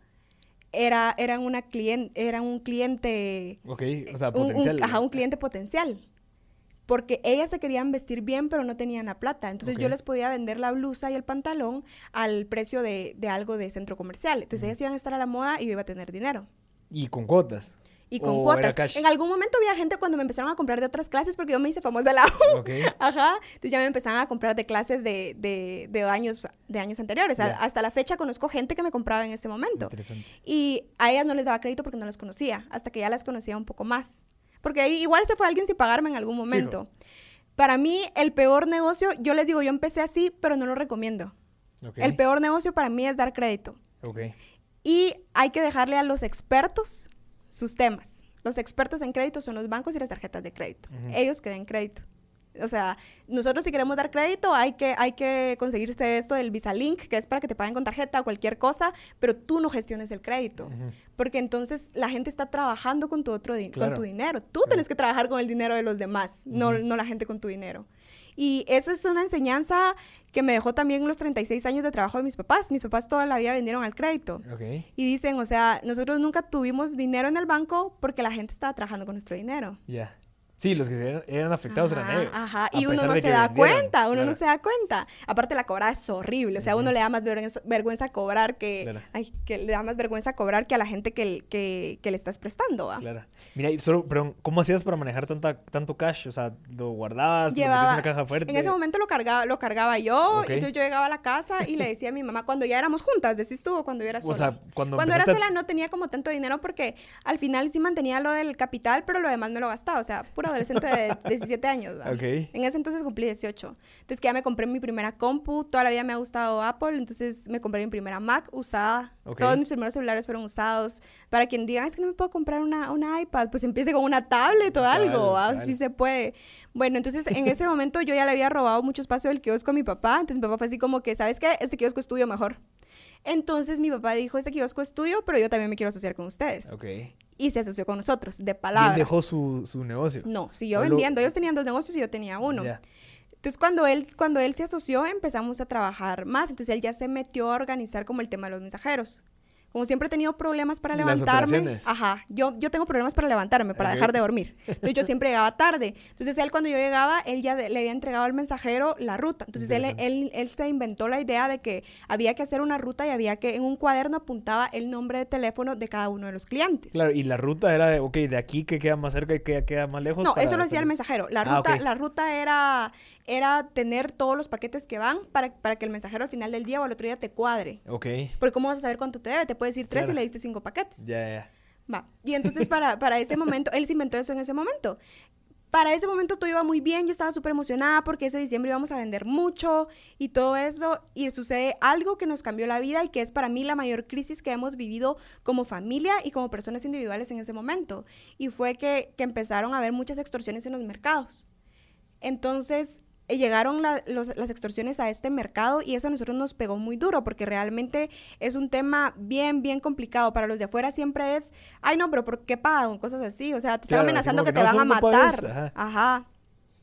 era, eran, una clien, eran un cliente... Ok, o sea, un, potencial. Un, ajá, un cliente potencial. Porque ellas se querían vestir bien, pero no tenían la plata. Entonces, okay, yo les podía vender la blusa y el pantalón al precio de, de algo de centro comercial. Entonces, mm. ellas iban a estar a la moda y yo iba a tener dinero. ¿Y con cuotas? Y con cuotas. En algún momento había gente cuando me empezaron a comprar de otras clases, porque yo me hice famosa de la U. Okay. Ajá. Entonces ya me empezaban a comprar de clases de, de, de, años, de años anteriores. Yeah. Hasta la fecha conozco gente que me compraba en ese momento. Interesante. Y a ellas no les daba crédito porque no las conocía, hasta que ya las conocía un poco más. Porque ahí igual se fue alguien sin pagarme en algún momento. Fijo. Para mí, el peor negocio, yo les digo, yo empecé así, pero no lo recomiendo. Okay. El peor negocio para mí es dar crédito. Okay. Y hay que dejarle a los expertos sus temas. Los expertos en crédito son los bancos y las tarjetas de crédito. Uh-huh. Ellos que den crédito. O sea, nosotros si queremos dar crédito hay que, hay que conseguirse esto del Visa Link, que es para que te paguen con tarjeta o cualquier cosa, pero tú no gestiones el crédito. Uh-huh. Porque entonces la gente está trabajando con tu, otro di- claro. con tu dinero. Tú claro. tienes que trabajar con el dinero de los demás, uh-huh. no, no la gente con tu dinero. Y esa es una enseñanza que me dejó también los treinta y seis años de trabajo de mis papás. Mis papás toda la vida vendieron al crédito. Okay. Y dicen, o sea, nosotros nunca tuvimos dinero en el banco porque la gente estaba trabajando con nuestro dinero. Ya. Yeah. Sí, los que eran, eran afectados ajá, eran ellos. Ajá, y uno no se da vendieron. cuenta, uno claro. no se da cuenta. Aparte la cobrada es horrible, o sea, a uh-huh. uno le da más vergüenza, vergüenza cobrar que, claro. ay, que le da más vergüenza cobrar que a la gente que, que, que le estás prestando, ¿va? Claro. Mira, y solo, pero ¿cómo hacías para manejar tanta, tanto cash? O sea, ¿lo guardabas? Llevaba, ¿lo metías en una caja fuerte? En ese momento lo cargaba, lo cargaba yo, okay. Entonces yo llegaba a la casa y le decía a mi mamá, cuando ya éramos juntas, decís tú, o cuando yo era sola. O sea, cuando Cuando era sola no tenía como tanto dinero porque al final sí mantenía lo del capital, pero lo demás me lo gastaba, o sea, puro adolescente de diecisiete años, ¿va? Okay. En ese entonces cumplí dieciocho. Entonces que ya me compré mi primera compu, toda la vida me ha gustado Apple, entonces me compré mi primera Mac usada. Okay. Todos mis primeros celulares fueron usados. Para quien diga, es que no me puedo comprar una, una iPad, pues empiece con una tablet o algo, ¿va? Así se puede. Bueno, entonces en ese momento yo ya le había robado mucho espacio del kiosco a mi papá, entonces mi papá fue así como que, ¿sabes qué? Este kiosco es tuyo mejor. Entonces mi papá dijo, este kiosco es tuyo, pero yo también me quiero asociar con ustedes. Okay. Y se asoció con nosotros, de palabra. ¿Y él dejó su, su negocio? No, siguió vendiendo. Lo... Ellos tenían dos negocios y yo tenía uno. Yeah. Entonces, cuando él, cuando él se asoció, empezamos a trabajar más. Entonces, él ya se metió a organizar como el tema de los mensajeros. Como siempre he tenido problemas para levantarme. Ajá. Yo, yo tengo problemas para levantarme, para okay. dejar de dormir. Entonces, yo siempre llegaba tarde. Entonces, él cuando yo llegaba, él ya de, le había entregado al mensajero la ruta. Entonces, él, él, él se inventó la idea de que había que hacer una ruta y había que, en un cuaderno apuntaba el nombre de teléfono de cada uno de los clientes. Claro, y la ruta era de, ok, de aquí que queda más cerca y que queda más lejos. No, eso lo hacía el mensajero. La ruta, ah, okay. la ruta era, era tener todos los paquetes que van para, para que el mensajero al final del día o al otro día te cuadre. Ok. Porque ¿cómo vas a saber cuánto te debe? Te puedes ir tres claro. y le diste cinco paquetes. Ya, yeah, ya. Yeah. Va. Y entonces para, para ese momento, él se inventó eso en ese momento. Para ese momento todo iba muy bien, yo estaba súper emocionada porque ese diciembre íbamos a vender mucho y todo eso, y sucede algo que nos cambió la vida y que es para mí la mayor crisis que hemos vivido como familia y como personas individuales en ese momento, y fue que, que empezaron a haber muchas extorsiones en los mercados. Entonces llegaron la, los, las extorsiones a este mercado y eso a nosotros nos pegó muy duro porque realmente es un tema bien, bien complicado. Para los de afuera siempre es, ay no, pero ¿por qué pagan? Cosas así, o sea, te claro, están amenazando que, que te no van a matar. Ajá. Ajá.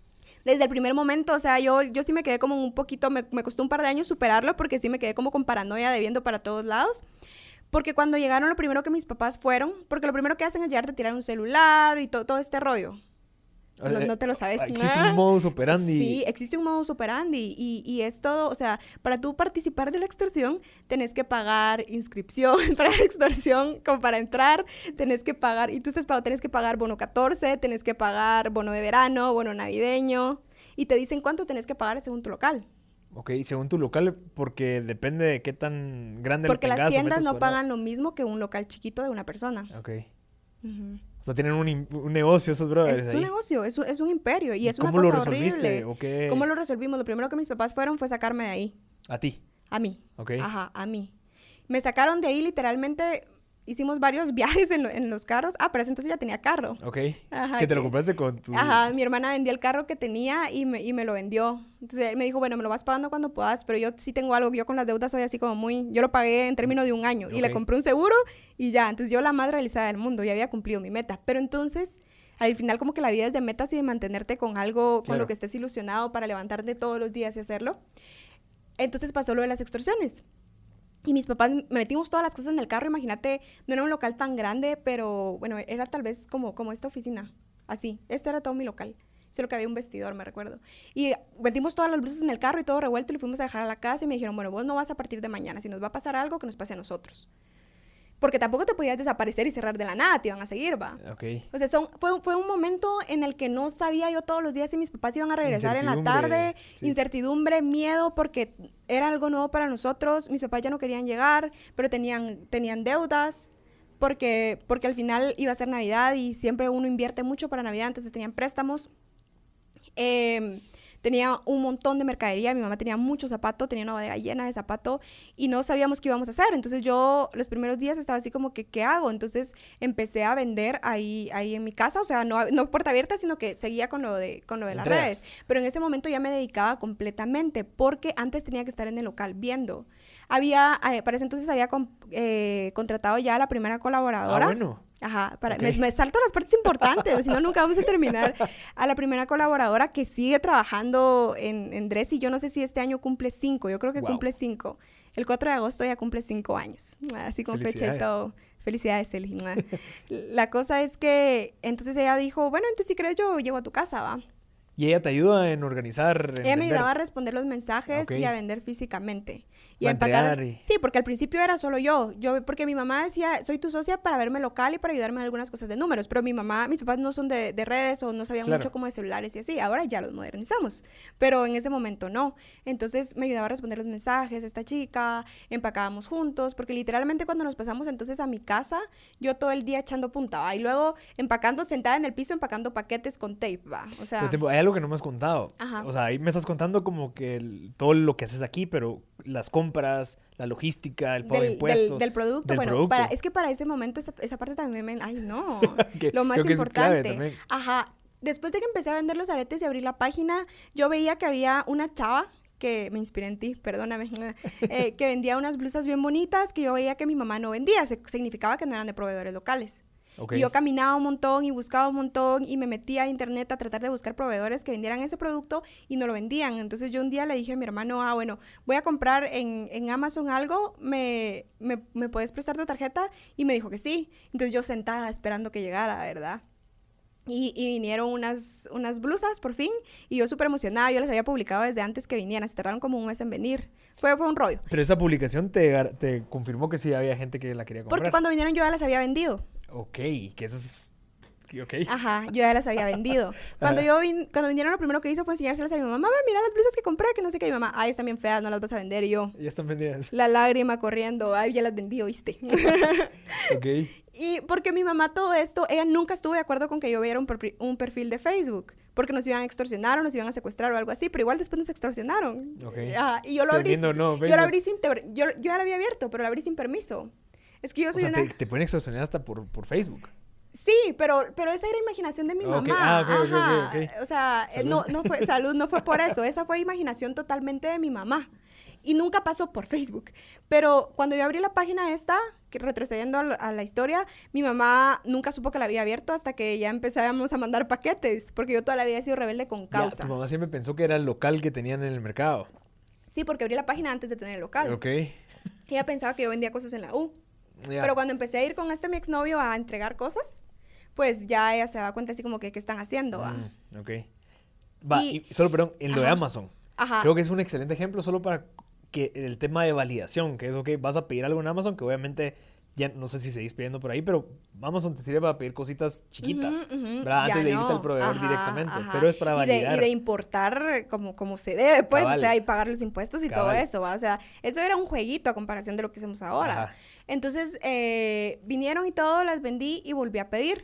Desde el primer momento, o sea, yo, yo sí me quedé como un poquito, me, me costó un par de años superarlo porque sí me quedé como con paranoia de viendo para todos lados. Porque cuando llegaron, lo primero que mis papás fueron, porque lo primero que hacen es llevarte a tirar un celular y to, todo este rollo. No, no te lo sabes. Existe un modus operandi. Sí, existe un modus operandi y, y es todo, o sea, para tú participar de la extorsión, tenés que pagar inscripción para la extorsión, como para entrar, tenés que pagar, y tú estás pagando, tenés que pagar bono catorce, tenés que pagar bono de verano, bono navideño, y te dicen cuánto tenés que pagar según tu local. Ok, según tu local, porque depende de qué tan grande porque lo tengas. Porque las tiendas no cuadrado. pagan lo mismo que un local chiquito de una persona. Ok. Uh-huh. O sea, tienen un, un negocio esos brothers Es ahí. un negocio, es un, es un imperio y es una ¿Cómo cosa lo resolviste? horrible. ¿O qué? ¿Cómo lo resolvimos? Lo primero que mis papás fueron fue sacarme de ahí. ¿A ti? A mí. Ok. Ajá, a mí. Me sacaron de ahí literalmente... Hicimos varios viajes en, lo, en los carros. Ah, pero ese entonces ya tenía carro. Ok. Ajá, que te que, lo compraste con tu... Ajá, mi hermana vendía el carro que tenía y me, y me lo vendió. Entonces él me dijo, bueno, me lo vas pagando cuando puedas, pero yo sí tengo algo, yo con las deudas soy así como muy... Yo lo pagué en términos de un año okay. y le compré un seguro y ya. Entonces yo la más realizada del mundo, ya había cumplido mi meta. Pero entonces, al final como que la vida es de metas y de mantenerte con algo, claro. con lo que estés ilusionado para levantarte todos los días y hacerlo. Entonces pasó lo de las extorsiones. Y mis papás, me metimos todas las cosas en el carro, imagínate, no era un local tan grande, pero bueno, era tal vez como, como esta oficina, así, este era todo mi local, solo que había un vestidor, me recuerdo. Y metimos todas las blusas en el carro y todo revuelto y lo fuimos a dejar a la casa y me dijeron, bueno, vos no vas a partir de mañana, si nos va a pasar algo, que nos pase a nosotros. Porque tampoco te podías desaparecer y cerrar de la nada, te iban a seguir, va. Okay. O sea, son, fue, fue un momento en el que no sabía yo todos los días si mis papás iban a regresar en la tarde. Sí. Incertidumbre, miedo, porque era algo nuevo para nosotros. Mis papás ya no querían llegar, pero tenían, tenían deudas. Porque, porque al final iba a ser Navidad y siempre uno invierte mucho para Navidad, entonces tenían préstamos. Eh... Tenía un montón de mercadería, mi mamá tenía mucho zapato, tenía una bodega llena de zapato y no sabíamos qué íbamos a hacer. Entonces yo los primeros días estaba así como que, ¿qué hago? Entonces empecé a vender ahí, ahí en mi casa, o sea, no, no puerta abierta, sino que seguía con lo de, con lo de las Entregas. redes. Pero en ese momento ya me dedicaba completamente porque antes tenía que estar en el local viendo. Había, eh, para ese entonces había con, eh, contratado ya a la primera colaboradora. Ah, bueno. Ajá, para, okay. me, me salto las partes importantes, si no nunca vamos a terminar. A la primera colaboradora que sigue trabajando en, en Dressy, yo no sé si este año cumple cinco, yo creo que wow. cumple cinco. El cuatro de agosto ya cumple cinco años, así con fecha y todo. Felicidades, Eli. La cosa es que, entonces ella dijo, bueno, entonces si crees yo llego a tu casa, va. ¿Y ella te ayuda en organizar? En ella me vender? ayudaba a responder los mensajes okay. y a vender físicamente. Y a empacar. Y... Sí, porque al principio era solo yo. Yo, porque mi mamá decía, soy tu socia para verme local y para ayudarme en algunas cosas de números. Pero mi mamá, mis papás no son de, de redes o no sabían claro. mucho como de celulares y así. Ahora ya los modernizamos. Pero en ese momento no. Entonces me ayudaba a responder los mensajes esta chica, empacábamos juntos, porque literalmente cuando nos pasamos entonces a mi casa, yo todo el día echando punta, ¿va? Y luego empacando, sentada en el piso, empacando paquetes con tape, ¿va? O sea... Pero, hay algo que no me has contado. Ajá. O sea, ahí me estás contando como que el, todo lo que haces aquí, pero las compras, la logística, el pago del, de impuestos. Del, del producto. Del bueno, producto. Para, es que para ese momento esa, esa parte también me... Ay, no. que, lo más importante. Es Ajá. Después de que empecé a vender los aretes y abrir la página, yo veía que había una chava que me inspiré en ti, perdóname, eh, que vendía unas blusas bien bonitas que yo veía que mi mamá no vendía. Se, significaba que no eran de proveedores locales. Okay. Y yo caminaba un montón y buscaba un montón y me metía a internet a tratar de buscar proveedores que vendieran ese producto y no lo vendían. Entonces yo un día le dije a mi hermano, ah, bueno, voy a comprar en, en Amazon algo, ¿me, me, ¿me puedes prestar tu tarjeta? Y me dijo que sí. Entonces yo sentada esperando que llegara, ¿verdad? Y, y vinieron unas, unas blusas por fin y yo súper emocionada, yo las había publicado desde antes que vinieran, se tardaron como un mes en venir, fue, fue un rollo. Pero esa publicación te, te confirmó que sí había gente que la quería comprar. Porque cuando vinieron yo ya las había vendido. Ok, que eso es... Okay. Ajá, yo ya las había vendido. Cuando yo vin, cuando vinieron lo primero que hizo fue enseñárselas a mi mamá. Mamá, mira las blusas que compré, que no sé qué. Y mi mamá, ay, están bien feas, no las vas a vender. Y yo, ya están vendidas. La lágrima corriendo, ay, ya las vendí, ¿oíste? Ok. Y porque mi mamá todo esto, ella nunca estuvo de acuerdo con que yo viera un, per un perfil de Facebook. Porque nos iban a extorsionar o nos iban a secuestrar o algo así. Pero igual después nos extorsionaron. Ok. Ajá, y yo lo abrí, no, yo lo abrí sin, yo, yo ya lo había abierto, pero lo abrí sin permiso. Es que yo soy o sea, una... te, te pueden extorsionar hasta por, por Facebook. Sí, pero, pero esa era imaginación de mi mamá. Okay. Ah, okay, Ajá. Okay, okay. O sea, salud. no, no fue, salud no fue por eso. Esa fue imaginación totalmente de mi mamá. Y nunca pasó por Facebook. Pero cuando yo abrí la página esta, que retrocediendo a la, a la historia, mi mamá nunca supo que la había abierto hasta que ya empezábamos a mandar paquetes, porque yo toda la vida he sido rebelde con causa. Ya, tu mamá siempre pensó que era el local que tenían en el mercado. Sí, porque abrí la página antes de tener el local. Ok. Ella pensaba que yo vendía cosas en la U. Ya. Pero cuando empecé a ir con este mi exnovio a entregar cosas, pues ya ella se daba cuenta así como que, ¿qué están haciendo? ¿Va? Mm, ok. Va, Y- y solo, perdón, en lo de Ajá. Amazon. Ajá. Creo que es un excelente ejemplo solo para que el tema de validación, que es, ok, vas a pedir algo en Amazon, que obviamente, ya no sé si seguís pidiendo por ahí, pero Amazon te sirve para pedir cositas chiquitas, Ujú, ujú. ¿verdad? Ya Antes de irte no. al proveedor Ajá, directamente, ajá. pero es para Y de, validar. y de importar como, como se debe, pues, Cabal. o sea, y pagar los impuestos y todo Cabal. eso, ¿va? O sea, eso era un jueguito a comparación de lo que hacemos ahora. Ajá. Entonces, eh, vinieron y todo, las vendí y volví a pedir.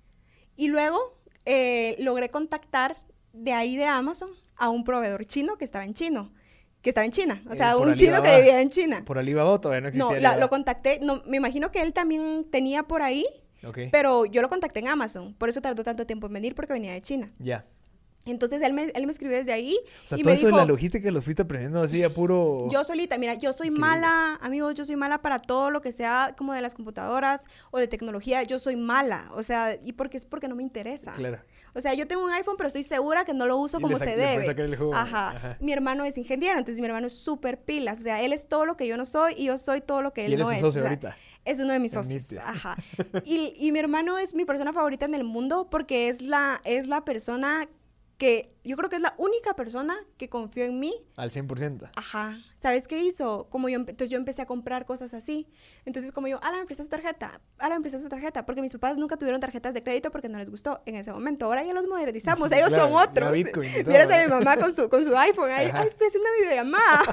Y luego eh, logré contactar de ahí de Amazon a un proveedor chino que estaba en chino, que estaba en China, o Eh, sea, por un chino que Alibaba. vivía en China. Por Alibaba todavía no existía. No, la- Alibaba. lo contacté, no, me imagino que él también tenía por ahí, Ok. pero yo lo contacté en Amazon, por eso tardó tanto tiempo en venir, porque venía de China. Ya. Entonces él me, él me escribió desde ahí O sea, y todo me eso dijo, de la logística lo fuiste aprendiendo así a puro... yo solita, mira, yo soy Increíble. mala, amigos, yo soy mala para todo lo que sea como de las computadoras o de tecnología, yo soy mala, o sea, y porque es porque no me interesa. Claro. O sea, yo tengo un iPhone, pero estoy segura que no lo uso Y como le sa- se le puedes debe. sacar el jugo. Ajá. Ajá. Mi hermano es ingeniero, entonces mi hermano es súper pilas. O sea, él es todo lo que yo no soy y yo soy todo lo que él, Y él no es es. tu socio O sea, ahorita. es uno de mis Es socios. nítido. Ajá. Y, y mi hermano es mi persona favorita en el mundo porque es la, es la persona que, yo creo que es la única persona que confió en mí. Al cien por ciento. Ajá. ¿Sabes qué hizo? Como yo, empe- entonces yo empecé a comprar cosas así. Entonces como yo, Ala, me prestas tu tarjeta. Ala, me prestas tu tarjeta. Porque mis papás nunca tuvieron tarjetas de crédito porque no les gustó en ese momento. Ahora ya los modernizamos. Ellos Claro, son ya otros. Bitcoin y todo, Vieras a ¿verdad? mi mamá con su, con su iPhone. Ahí, Ajá. "Ay, estoy haciendo una videollamada".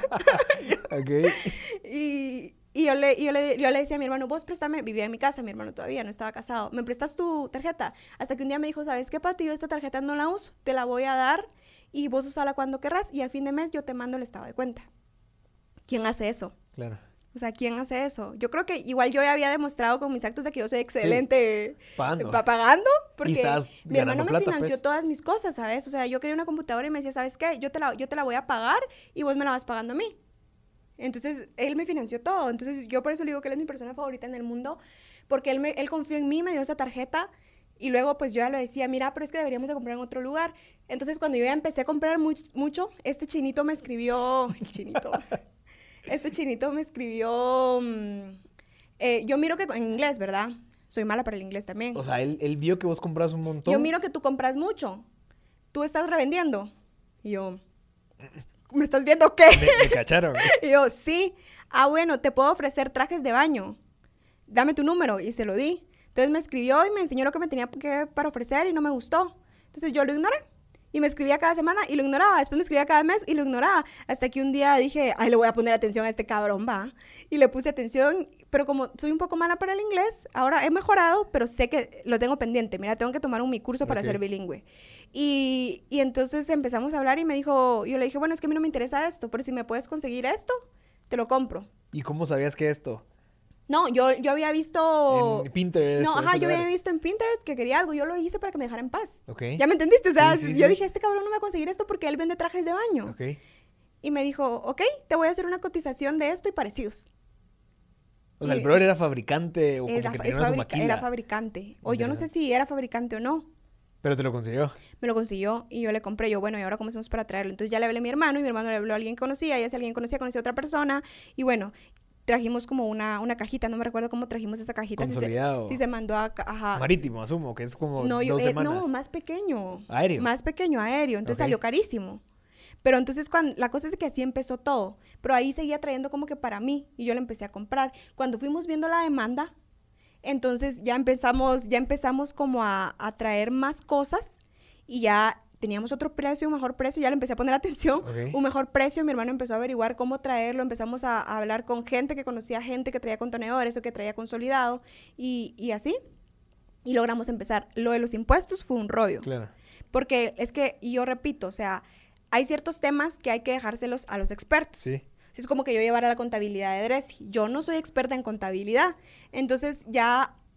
Ok. Y, y yo, le, yo, le, yo le decía a mi hermano, vos préstame, vivía en mi casa, mi hermano todavía no estaba casado, ¿me prestas tu tarjeta? Hasta que un día me dijo, ¿sabes qué, Pati? Yo esta tarjeta no la uso, te la voy a dar y vos usala cuando querrás y a fin de mes yo te mando el estado de cuenta. ¿Quién hace eso? Claro. O sea, ¿quién hace eso? Yo creo que igual yo ya había demostrado con mis actos de que yo soy excelente Pagando. pa- pagando, porque estás mi hermano ganando me plata, financió pues. todas mis cosas, ¿sabes? O sea, yo quería una computadora y me decía, ¿sabes qué? Yo te la, yo te la voy a pagar y vos me la vas pagando a mí. Entonces, él me financió todo. Entonces, yo por eso le digo que él es mi persona favorita en el mundo, porque él, me, él confió en mí, me dio esa tarjeta y luego pues yo ya lo decía, mira, pero es que deberíamos de comprar en otro lugar. Entonces, cuando yo ya empecé a comprar much- mucho, este chinito me escribió, el chinito, este chinito me escribió, mm, eh, yo miro que en inglés, ¿verdad? Soy mala para el inglés también. O sea, él, él vio que vos compras un montón. Yo miro que tú compras mucho. ¿Tú estás revendiendo? Y yo, ¿me estás viendo qué? Me, me cacharon. Y yo, sí. Ah, bueno, te puedo ofrecer trajes de baño. Dame tu número. Y se lo di. Entonces me escribió y me enseñó lo que me tenía que para ofrecer y no me gustó. Entonces yo lo ignoré. Y me escribía cada semana y lo ignoraba. Después me escribía cada mes y lo ignoraba. Hasta que un día dije, ay, le voy a poner atención a este cabrón, va. Y le puse atención. Pero como soy un poco mala para el inglés, ahora he mejorado, pero sé que lo tengo pendiente. Mira, tengo que tomar un mi curso para Ok. ser bilingüe. Y, y entonces empezamos a hablar y me dijo, yo le dije, bueno, es que a mí no me interesa esto, pero si me puedes conseguir esto, te lo compro. ¿Y cómo sabías que esto? No, yo, yo había visto... En Pinterest. No, o ajá, estos yo había lugares. visto en Pinterest que quería algo. Yo lo hice para que me dejara en paz. Ok. ¿Ya me entendiste? O sea, Sí, sí, yo sí. dije, este cabrón no me va a conseguir esto porque él vende trajes de baño. Ok. Y me dijo, ok, te voy a hacer una cotización de esto y parecidos. O sea, Y- el brother era fabricante o como Era, que fa- tenía es una su fabrica- maquila. era fabricante. O yo no sé si era fabricante o no. Pero te lo consiguió. Me lo consiguió y yo le compré. Yo, bueno, ¿y ahora cómo hacemos para traerlo? Entonces ya le hablé a mi hermano y mi hermano le habló a alguien que conocía. Y ese alguien que conocía, conocía a otra persona. Y bueno, trajimos como una, una cajita. No me recuerdo cómo trajimos esa cajita. Si se, Consolidado. si se mandó a... ca- Ajá. Marítimo, asumo, que es como No, yo, dos eh, semanas. no, más pequeño. Aéreo. Más pequeño, aéreo. Entonces Ok. salió carísimo. Pero entonces cuando, la cosa es que así empezó todo. Pero ahí seguía trayendo como que para mí. Y yo lo empecé a comprar. Cuando fuimos viendo la demanda, entonces ya empezamos, ya empezamos como a, a traer más cosas. Y ya teníamos otro precio, un mejor precio. Ya le empecé a poner atención. Ok. Un mejor precio. Mi hermano empezó a averiguar cómo traerlo. Empezamos a, a hablar con gente que conocía gente que traía contenedores o que traía consolidado. Y, y así. Y logramos empezar. Lo de los impuestos fue un rollo. Claro. Porque es que, y yo repito, o sea, hay ciertos temas que hay que dejárselos a los expertos. Sí. Si es como que yo llevara la contabilidad de Dressy. Yo no soy experta en contabilidad. Entonces ya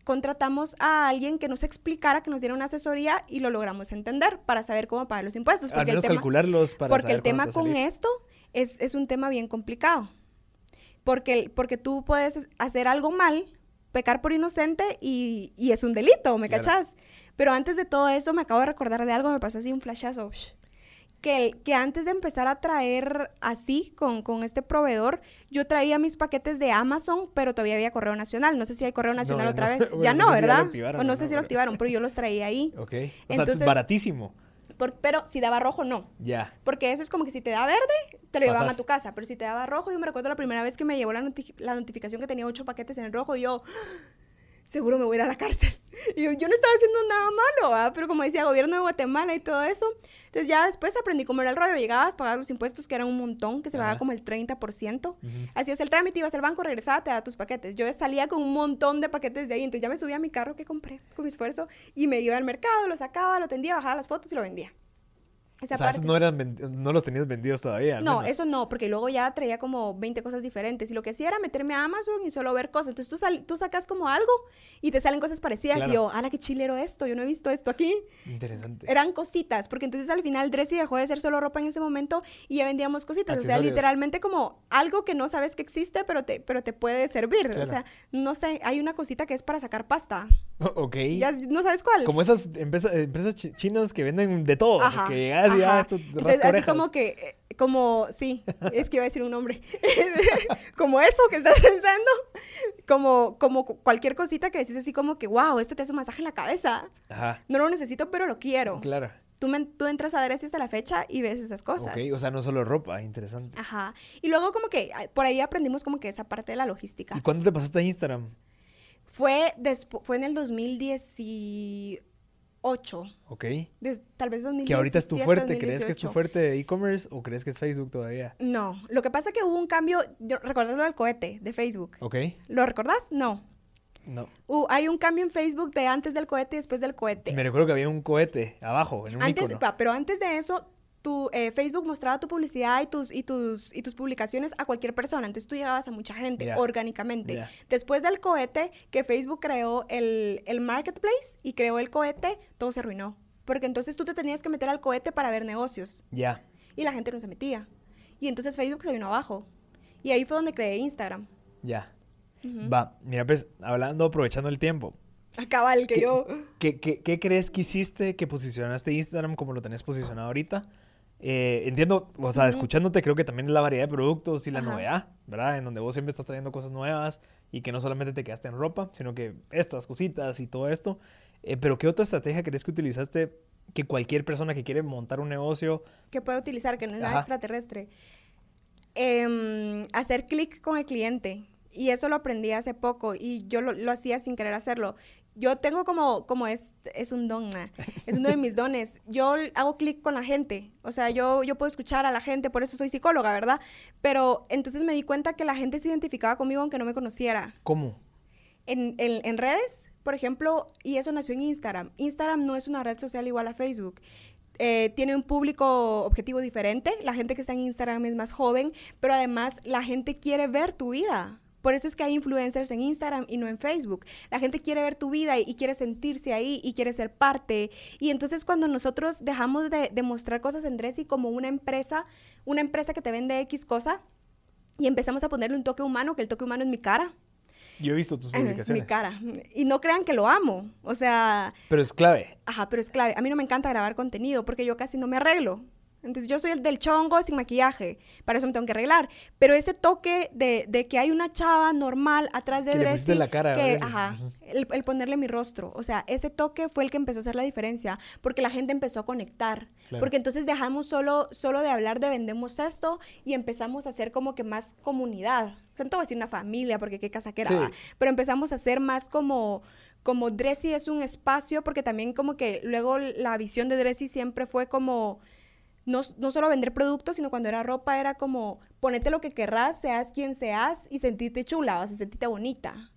contratamos a alguien que nos explicara, que nos diera una asesoría y lo logramos entender para saber cómo pagar los impuestos. Al menos calcularlos para Porque saber el tema con salir. esto es, es un tema bien complicado. Porque, porque tú puedes hacer algo mal, pecar por inocente y, y es un delito, ¿me claro. cachás? Pero antes de todo eso me acabo de recordar de algo, me pasó así un flashazo. Que, el, que antes de empezar a traer así con, con este proveedor, yo traía mis paquetes de Amazon, pero todavía había correo nacional. No sé si hay correo nacional no, otra no. vez. Bueno, ya no no, sé si ¿verdad? ya lo activaron, o no, no, sé no, si lo pero... activaron, pero yo los traía ahí. Ok. O Entonces, sea, es baratísimo. Por, pero si daba rojo, no. Ya. Yeah. Porque eso es como que si te da verde, te lo llevaban Pasas. a tu casa. Pero si te daba rojo, yo me recuerdo la primera vez que me llevó la, noti la notificación que tenía ocho paquetes en el rojo, y yo... seguro me voy a ir a la cárcel. Y yo, yo no estaba haciendo nada malo, ¿verdad? Pero como decía, gobierno de Guatemala y todo eso. Entonces ya después aprendí cómo era el rollo. Llegabas, pagabas los impuestos, que eran un montón, que se pagaba como el treinta por ciento. Uh-huh. Hacías el trámite, ibas al banco, regresaba, te daba tus paquetes. Yo salía con un montón de paquetes de ahí. Entonces ya me subía a mi carro que compré con mi esfuerzo y me iba al mercado, lo sacaba, lo tendía, bajaba las fotos y lo vendía. Esa o sea, parte. No, eran no los tenías vendidos todavía. No, menos. Eso no, porque luego ya traía como veinte cosas diferentes. Y lo que hacía era meterme a Amazon y solo ver cosas. Entonces tú, sal, tú sacas como algo y te salen cosas parecidas. Claro. Y yo, ¡ala, qué chilero esto! Yo no he visto esto aquí. Interesante. Eran cositas, porque entonces al final Dressy dejó de ser solo ropa en ese momento y ya vendíamos cositas. O sea, literalmente como algo que no sabes que existe, pero te, pero te puede servir. Claro. O sea, no sé, hay una cosita que es para sacar pasta. Oh, ok. Ya no sabes cuál. Como esas empresa, empresas ch chinas que venden de todo. Ajá, que llegas y ya esto entonces, así como que, como, sí, es que iba a decir un nombre. Como eso que estás pensando. Como, como cualquier cosita que decís así como que, wow, esto te hace un masaje en la cabeza. Ajá. No lo necesito, pero lo quiero. Claro. Tú, me, tú entras a Dressy hasta la fecha y ves esas cosas. Ok, o sea, no solo ropa, interesante. Ajá. Y luego como que por ahí aprendimos como que esa parte de la logística. ¿Y cuándo te pasaste a Instagram? Fue, fue en el dos mil dieciocho. Ok. De, tal vez dos mil diecisiete, ¿Que ahorita es tu fuerte? dos mil dieciocho. ¿Crees que es tu fuerte de e-commerce o crees que es Facebook todavía? No. Lo que pasa es que hubo un cambio, recordando el cohete de Facebook. Ok. ¿Lo recordás? No. No. Uh, hay un cambio en Facebook de antes del cohete y después del cohete. Sí, me recuerdo que había un cohete abajo, en un antes, icono. Pa, pero antes de eso, tu, eh, Facebook mostraba tu publicidad y tus, y, tus, y tus publicaciones a cualquier persona. Entonces tú llegabas a mucha gente, yeah. orgánicamente. Yeah. Después del cohete, que Facebook creó el, el marketplace y creó el cohete, todo se arruinó. Porque entonces tú te tenías que meter al cohete para ver negocios. Ya. Yeah. Y la gente no se metía. Y entonces Facebook se vino abajo. Y ahí fue donde creé Instagram. Ya. Yeah. Uh-huh. Va, mira, pues, hablando, aprovechando el tiempo. Acabal, que ¿Qué, yo... ¿qué, qué, ¿Qué crees que hiciste que posicionaste Instagram como lo tenés posicionado ahorita? Eh, entiendo, o sea, uh-huh. escuchándote, creo que también es la variedad de productos y la Ajá. novedad, ¿verdad? En donde vos siempre estás trayendo cosas nuevas y que no solamente te quedaste en ropa, sino que estas cositas y todo esto. Eh, pero ¿qué otra estrategia crees que utilizaste que cualquier persona que quiere montar un negocio... que puede utilizar, que no es nada extraterrestre? Eh, hacer clic con el cliente. Y eso lo aprendí hace poco y yo lo, lo hacía sin querer hacerlo. Yo tengo como, como es, es un don, ¿eh? Es uno de mis dones. Yo hago clic con la gente. O sea, yo, yo puedo escuchar a la gente, por eso soy psicóloga, ¿verdad? Pero entonces me di cuenta que la gente se identificaba conmigo aunque no me conociera. ¿Cómo? En, en, en redes, por ejemplo, y eso nació en Instagram. Instagram no es una red social igual a Facebook. Eh, tiene un público objetivo diferente. La gente que está en Instagram es más joven, pero además la gente quiere ver tu vida. Por eso es que hay influencers en Instagram y no en Facebook. La gente quiere ver tu vida y, y quiere sentirse ahí y quiere ser parte. Y entonces cuando nosotros dejamos de, de mostrar cosas en Dressy como una empresa, una empresa que te vende X cosa, y empezamos a ponerle un toque humano, que el toque humano es mi cara. Yo he visto tus publicaciones. Es mi cara. Y no crean que lo amo. O sea... Pero es clave. Ajá, pero es clave. A mí no me encanta grabar contenido porque yo casi no me arreglo. Entonces, yo soy el del chongo sin maquillaje. Para eso me tengo que arreglar. Pero ese toque de, de que hay una chava normal atrás de que Dressy... le pusiste la cara. Que, ajá, uh-huh. el, el ponerle mi rostro. O sea, ese toque fue el que empezó a hacer la diferencia. Porque la gente empezó a conectar. Claro. Porque entonces dejamos solo, solo de hablar de vendemos esto y empezamos a hacer como que más comunidad. O sea, no te voy a decir una familia porque qué casaquera. Sí. Pero empezamos a hacer más como... Como Dressy es un espacio, porque también como que luego la visión de Dressy siempre fue como... No, no solo vender productos, sino cuando era ropa era como ponete lo que querrás, seas quien seas y sentirte chula, o sea, sentirte bonita.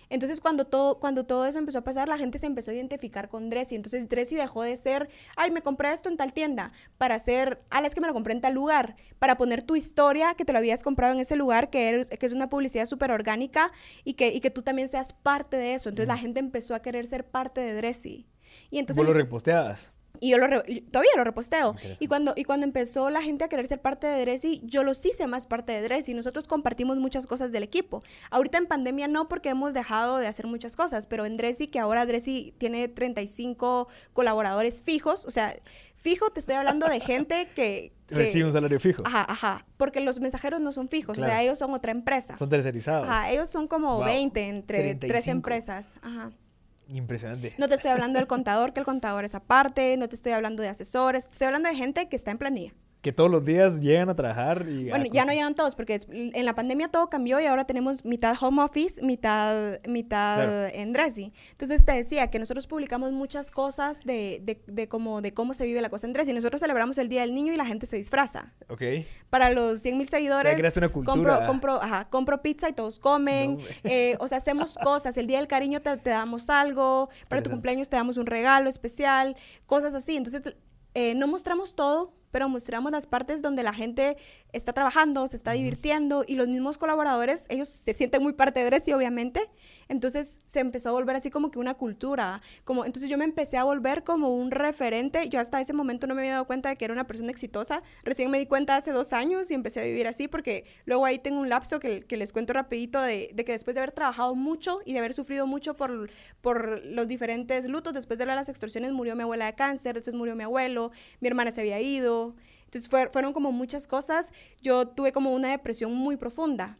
Entonces, cuando todo, cuando todo eso empezó a pasar, la gente se empezó a identificar con Dressy. Entonces, Dressy dejó de ser, ay, me compré esto en tal tienda, para ser, ah, es que me lo compré en tal lugar, para poner tu historia, que te lo habías comprado en ese lugar, que, eres, que es una publicidad súper orgánica y que, y que tú también seas parte de eso. Entonces, mm. la gente empezó a querer ser parte de Dressy. Y entonces, ¿vos lo reposteabas? Y yo lo re- todavía lo reposteo. Y cuando, y cuando empezó la gente a querer ser parte de Dressy, yo los hice más parte de Dressy. Nosotros compartimos muchas cosas del equipo. Ahorita en pandemia no, porque hemos dejado de hacer muchas cosas, pero en Dressy, que ahora Dressy tiene treinta y cinco colaboradores fijos, o sea, fijo, te estoy hablando de gente que... que recibe un salario fijo. Ajá, ajá, porque los mensajeros no son fijos, claro. o sea, ellos son otra empresa. Son tercerizados. Ajá, ellos son como wow. veinte entre treinta y cinco. tres empresas. Ajá. Impresionante. No te estoy hablando del contador, que el contador es aparte, no te estoy hablando de asesores, te estoy hablando de gente que está en planilla. Que todos los días llegan a trabajar y... Bueno, ya no llegan todos, porque en la pandemia todo cambió y ahora tenemos mitad home office, mitad, mitad claro. en Dressy. Entonces te decía que nosotros publicamos muchas cosas de, de, de, cómo, de cómo se vive la cosa en Dressy. Nosotros celebramos el Día del Niño y la gente se disfraza. Ok. Para los cien mil seguidores, o sea, creaste una cultura. Compro, compro, ajá, compro pizza y todos comen. No, eh, o sea, hacemos cosas. El Día del Cariño te, te damos algo. Para tu cumpleaños te damos un regalo especial. Cosas así. Entonces, eh, no mostramos todo, pero mostramos las partes donde la gente está trabajando, se está uh-huh. divirtiendo, y los mismos colaboradores, ellos se sienten muy parte de Dressy, obviamente. Entonces se empezó a volver así como que una cultura. Como, entonces yo me empecé a volver como un referente. Yo hasta ese momento no me había dado cuenta de que era una persona exitosa. Recién me di cuenta hace dos años y empecé a vivir así, porque luego ahí tengo un lapso que, que les cuento rapidito de, de que después de haber trabajado mucho y de haber sufrido mucho por, por los diferentes lutos, después de las extorsiones murió mi abuela de cáncer, después murió mi abuelo, mi hermana se había ido. Entonces fue, fueron como muchas cosas. Yo tuve como una depresión muy profunda.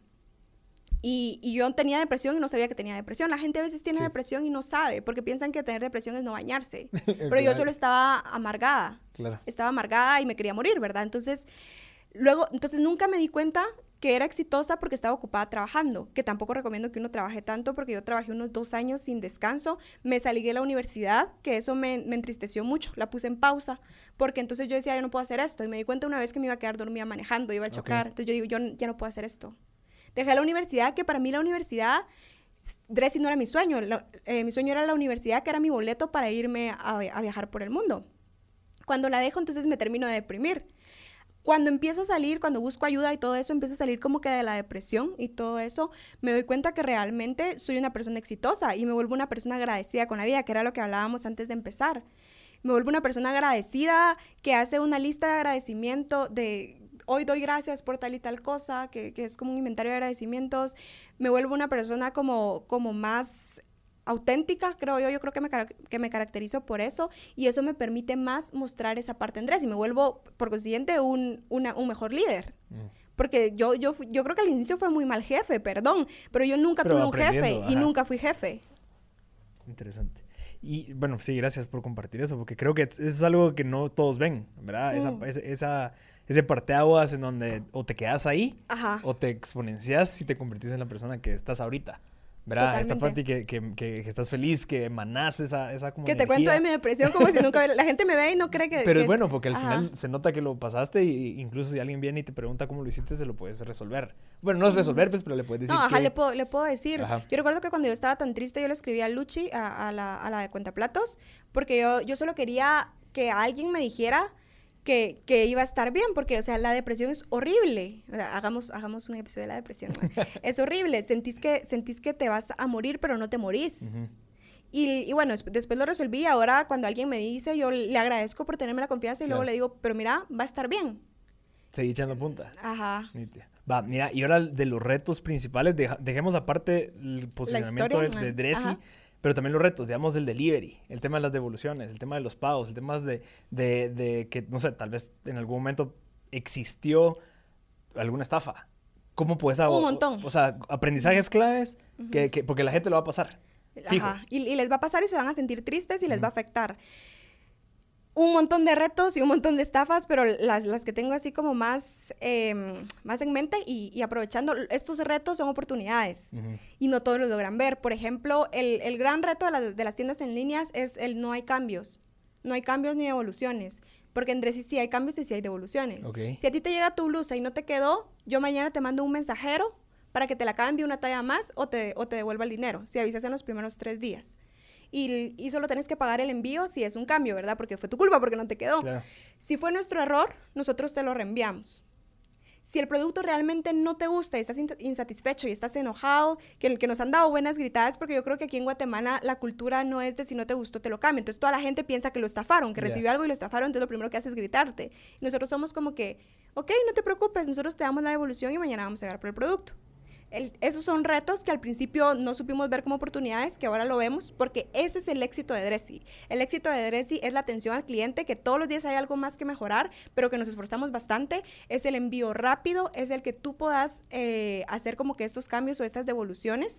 Y, y yo tenía depresión y no sabía que tenía depresión. La gente a veces tiene sí. depresión y no sabe, porque piensan que tener depresión es no bañarse. Pero yo solo estaba amargada. Claro. Estaba amargada y me quería morir, ¿verdad? Entonces, luego, entonces nunca me di cuenta que era exitosa porque estaba ocupada trabajando, que tampoco recomiendo que uno trabaje tanto, porque yo trabajé unos dos años sin descanso. Me salí de la universidad, que eso me, me entristeció mucho, la puse en pausa, porque entonces yo decía, yo no puedo hacer esto, y me di cuenta una vez que me iba a quedar dormida manejando, iba a chocar. Okay. Entonces yo digo, yo ya no puedo hacer esto. Dejé la universidad, que para mí la universidad, Dressy no era mi sueño, la, eh, mi sueño era la universidad, que era mi boleto para irme a, a viajar por el mundo. Cuando la dejo, entonces me termino de deprimir. Cuando empiezo a salir, cuando busco ayuda y todo eso, empiezo a salir como que de la depresión y todo eso, me doy cuenta que realmente soy una persona exitosa y me vuelvo una persona agradecida con la vida, que era lo que hablábamos antes de empezar. Me vuelvo una persona agradecida, que hace una lista de agradecimiento de... Hoy doy gracias por tal y tal cosa, que, que es como un inventario de agradecimientos. Me vuelvo una persona como, como más auténtica, creo yo. Yo creo que me, que me caracterizo por eso, y eso me permite más mostrar esa parte en Dressy. Y me vuelvo, por consiguiente, un, una, un mejor líder. Mm. Porque yo, yo, yo creo que al inicio fue muy mal jefe, perdón, pero yo nunca pero tuve un jefe ajá. y nunca fui jefe. Interesante. Y bueno, sí, gracias por compartir eso, porque creo que eso es algo que no todos ven, ¿verdad? Mm. Esa, esa, esa ese parteaguas en donde o te quedas ahí Ajá. o te exponencias y te convertís en la persona que estás ahorita, ¿verdad? Totalmente. Esta parte que, que, que, que estás feliz, que emanás esa, esa como que energía. Te cuento de mi depresión como si nunca... La gente me ve y no cree que... Pero que... es bueno, porque al Ajá. final se nota que lo pasaste, y incluso si alguien viene y te pregunta cómo lo hiciste, se lo puedes resolver. Bueno, no es resolver, pues, pero le puedes decir No, ajá, que... le, puedo, le puedo decir. Ajá. Yo recuerdo que cuando yo estaba tan triste, yo le escribí a Luchi, a, a, la, a la de Cuentaplatos, porque yo, yo solo quería que alguien me dijera... Que, que iba a estar bien, porque, o sea, la depresión es horrible. O sea, hagamos, hagamos un episodio de la depresión, ¿no? Es horrible. Sentís que, sentís que te vas a morir, pero no te morís. Uh-huh. y, y bueno, después lo resolví. Ahora, cuando alguien me dice, yo le agradezco por tenerme la confianza y claro. luego le digo, pero mira, va a estar bien. Seguí echando punta. Ajá. Nítia. Va, mira, y ahora de los retos principales, deja, dejemos aparte el posicionamiento de, de Dressy. Ajá. Pero también los retos, digamos, del delivery, el tema de las devoluciones, el tema de los pagos, el tema de, de, de que, no sé, tal vez en algún momento existió alguna estafa. ¿Cómo puedes... Un montón. O, o sea, aprendizajes claves, uh-huh. que, que, porque la gente lo va a pasar. Fijo. Ajá. Y, y les va a pasar y se van a sentir tristes y uh-huh. les va a afectar. Un montón de retos y un montón de estafas, pero las, las que tengo así como más, eh, más en mente y, y aprovechando, estos retos son oportunidades uh-huh. y no todos los logran ver. Por ejemplo, el, el gran reto de las, de las tiendas en líneas es el no hay cambios. No hay cambios ni devoluciones, porque en Dressy sí hay cambios y sí hay devoluciones. Okay. Si a ti te llega tu blusa y no te quedó, yo mañana te mando un mensajero para que te la cambie una talla más o te, o te devuelva el dinero, si avisas en los primeros tres días. Y, y solo tenés que pagar el envío si es un cambio, ¿verdad? Porque fue tu culpa, porque no te quedó. Claro. Si fue nuestro error, nosotros te lo reenviamos. Si el producto realmente no te gusta y estás insatisfecho y estás enojado, que, que nos han dado buenas gritadas, porque yo creo que aquí en Guatemala la cultura no es de si no te gustó te lo cambio. Entonces toda la gente piensa que lo estafaron, que yeah. recibió algo y lo estafaron, entonces lo primero que hace es gritarte. Y nosotros somos como que, ok, no te preocupes, nosotros te damos la devolución y mañana vamos a llegar por el producto. El, esos son retos que al principio no supimos ver como oportunidades, que ahora lo vemos, porque ese es el éxito de Dressy. El éxito de Dressy es la atención al cliente, que todos los días hay algo más que mejorar, pero que nos esforzamos bastante. Es el envío rápido, es el que tú puedas eh, hacer como que estos cambios o estas devoluciones.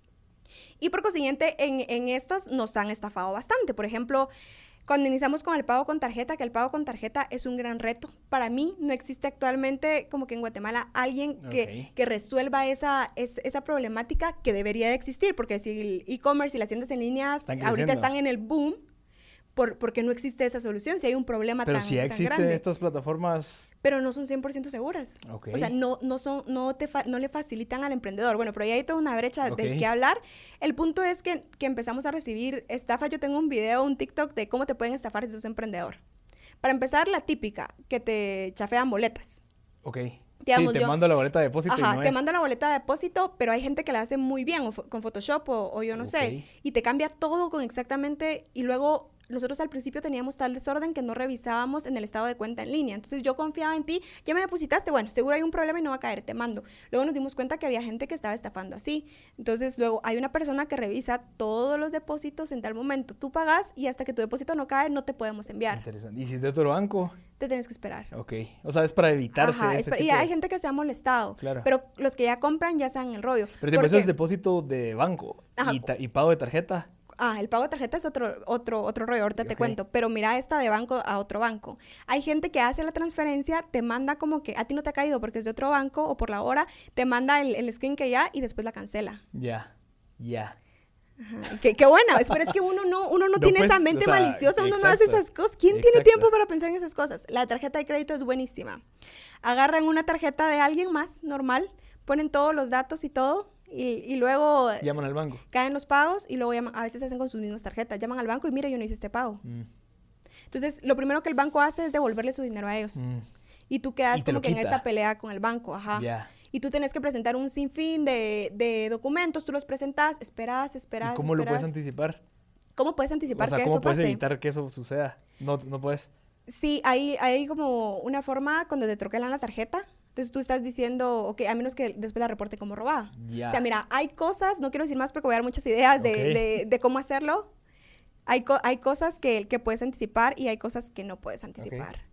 Y por consiguiente, en, en estas nos han estafado bastante. Por ejemplo, cuando iniciamos con el pago con tarjeta, que el pago con tarjeta es un gran reto. Para mí no existe actualmente como que en Guatemala alguien que, okay. que resuelva esa, es, esa problemática que debería de existir, porque si el e-commerce y las tiendas en línea están ahorita están en el boom, por, porque no existe esa solución, si hay un problema Pero tan, si ya tan existen grande. estas plataformas... Pero no son cien por ciento seguras. Okay. O sea, no, no, son, no, te fa no le facilitan al emprendedor. Bueno, pero ahí hay toda una brecha okay. de qué hablar. El punto es que, que empezamos a recibir estafas. Yo tengo un video, un TikTok de cómo te pueden estafar si sos emprendedor. Para empezar, la típica, que te chafean boletas. Ok. Digamos, sí, te yo, mando la boleta de depósito ajá, y no te es. mando la boleta de depósito, pero hay gente que la hace muy bien, o con Photoshop o, o yo no okay. sé, y te cambia todo con exactamente, y luego nosotros al principio teníamos tal desorden que no revisábamos en el estado de cuenta en línea, entonces yo confiaba en ti, ya me depositaste, bueno, seguro hay un problema y no va a caer, te mando. Luego nos dimos cuenta que había gente que estaba estafando así, entonces luego hay una persona que revisa todos los depósitos en tal momento, tú pagas y hasta que tu depósito no cae no te podemos enviar. Interesante. ¿Y si es de otro banco? Te tienes que esperar. Ok. O sea, es para evitarse Ajá, ese tipo y de... hay gente que se ha molestado. Claro. Pero los que ya compran ya saben el rollo. Pero te eso es depósito de banco y, y pago de tarjeta. Ah, el pago de tarjeta es otro, otro, otro rollo, ahorita okay. te cuento. Pero mira esta de banco a otro banco. Hay gente que hace la transferencia, te manda como que a ti no te ha caído porque es de otro banco o por la hora, te manda el, el screen que ya y después la cancela. Ya, yeah. ya. Yeah. Ajá. Qué, qué buena, pero es que uno no, uno no, no tiene pues, esa mente o sea, maliciosa, uno exacto, no hace esas cosas. ¿Quién exacto. tiene tiempo para pensar en esas cosas? La tarjeta de crédito es buenísima. Agarran una tarjeta de alguien más, normal, ponen todos los datos y todo, y, y luego... Llaman al banco. Caen los pagos y luego llaman, a veces hacen con sus mismas tarjetas, llaman al banco y mira, yo no hice este pago. Mm. Entonces, lo primero que el banco hace es devolverle su dinero a ellos. Mm. Y tú quedas y como que quita. en esta pelea con el banco, ajá. Yeah. Y tú tenés que presentar un sinfín de, de documentos, tú los presentas, esperas, esperas, ¿Y cómo esperas. lo puedes anticipar? ¿Cómo puedes anticipar o sea, que ¿cómo eso puedes pase? evitar que eso suceda? No, no puedes. Sí, hay, hay como una forma cuando te troquelan la tarjeta. Entonces tú estás diciendo, ok, a menos que después la reporte como robada. Yeah. O sea, mira, hay cosas, no quiero decir más porque voy a dar muchas ideas de, okay. de, de cómo hacerlo. Hay, co hay cosas que, que puedes anticipar y hay cosas que no puedes anticipar. Okay.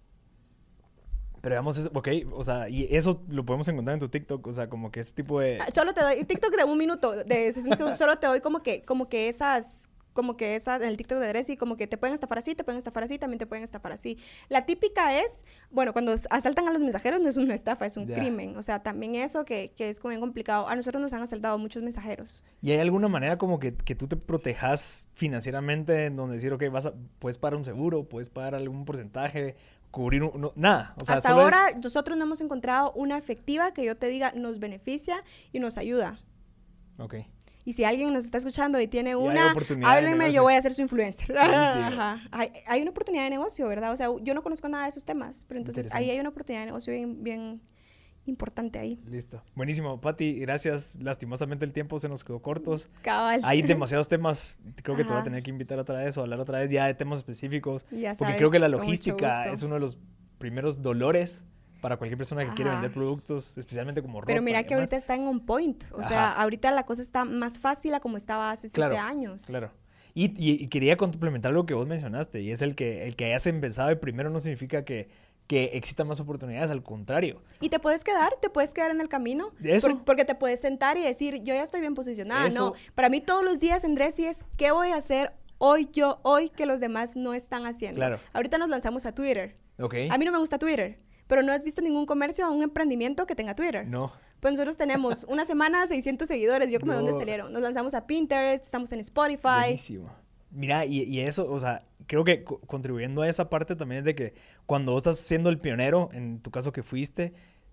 Pero digamos, es, ok, o sea, y eso lo podemos encontrar en tu TikTok, o sea, como que ese tipo de... Solo te doy, TikTok de un minuto, de sesenta segundos, solo te doy como que, como que esas, como que esas, en el TikTok de Dressy, como que te pueden estafar así, te pueden estafar así, también te pueden estafar así. La típica es, bueno, cuando asaltan a los mensajeros no es una estafa, es un yeah. crimen, o sea, también eso que, que es como bien complicado. A nosotros nos han asaltado muchos mensajeros. ¿Y hay alguna manera como que, que tú te protejas financieramente en donde decir, ok, vas a, puedes pagar un seguro, puedes pagar algún porcentaje... cubrir un, no, nada. O sea, hasta solo ahora es... nosotros no hemos encontrado una efectiva que yo te diga nos beneficia y nos ayuda. Ok. Y si alguien nos está escuchando y tiene y una, háblenme, yo voy a ser su influencer. Ajá. Hay, hay una oportunidad de negocio, ¿verdad? O sea, yo no conozco nada de esos temas, pero entonces ahí hay una oportunidad de negocio bien, bien importante ahí. Listo. Buenísimo, Pati. Gracias. Lastimosamente el tiempo se nos quedó cortos. Cabal. Hay demasiados temas. Creo que Ajá. te voy a tener que invitar otra vez o hablar otra vez ya de temas específicos. Ya porque sabes, creo que la logística es uno de los primeros dolores para cualquier persona que Ajá. quiere vender productos, especialmente como ropa. Pero mira que ahorita está en on point. O Ajá. sea, ahorita la cosa está más fácil a como estaba hace claro, siete años. Claro. Y, y, y quería complementar lo que vos mencionaste, y es el que, el que hayas empezado de primero no significa que, que existan más oportunidades, al contrario. Y te puedes quedar, te puedes quedar en el camino. Eso. Por, porque te puedes sentar y decir, yo ya estoy bien posicionada. Eso. No, para mí todos los días en Dressy es, ¿qué voy a hacer hoy yo, hoy que los demás no están haciendo? Claro. Ahorita nos lanzamos a Twitter. Okay. A mí no me gusta Twitter, pero ¿no has visto ningún comercio o un emprendimiento que tenga Twitter? No. Pues nosotros tenemos una semana seiscientos seguidores. Yo como no. de dónde salieron. Nos lanzamos a Pinterest, estamos en Spotify. Buenísimo. Mira, y, y eso, o sea, creo que co- contribuyendo a esa parte también es de que cuando vos estás siendo el pionero, en tu caso que fuiste,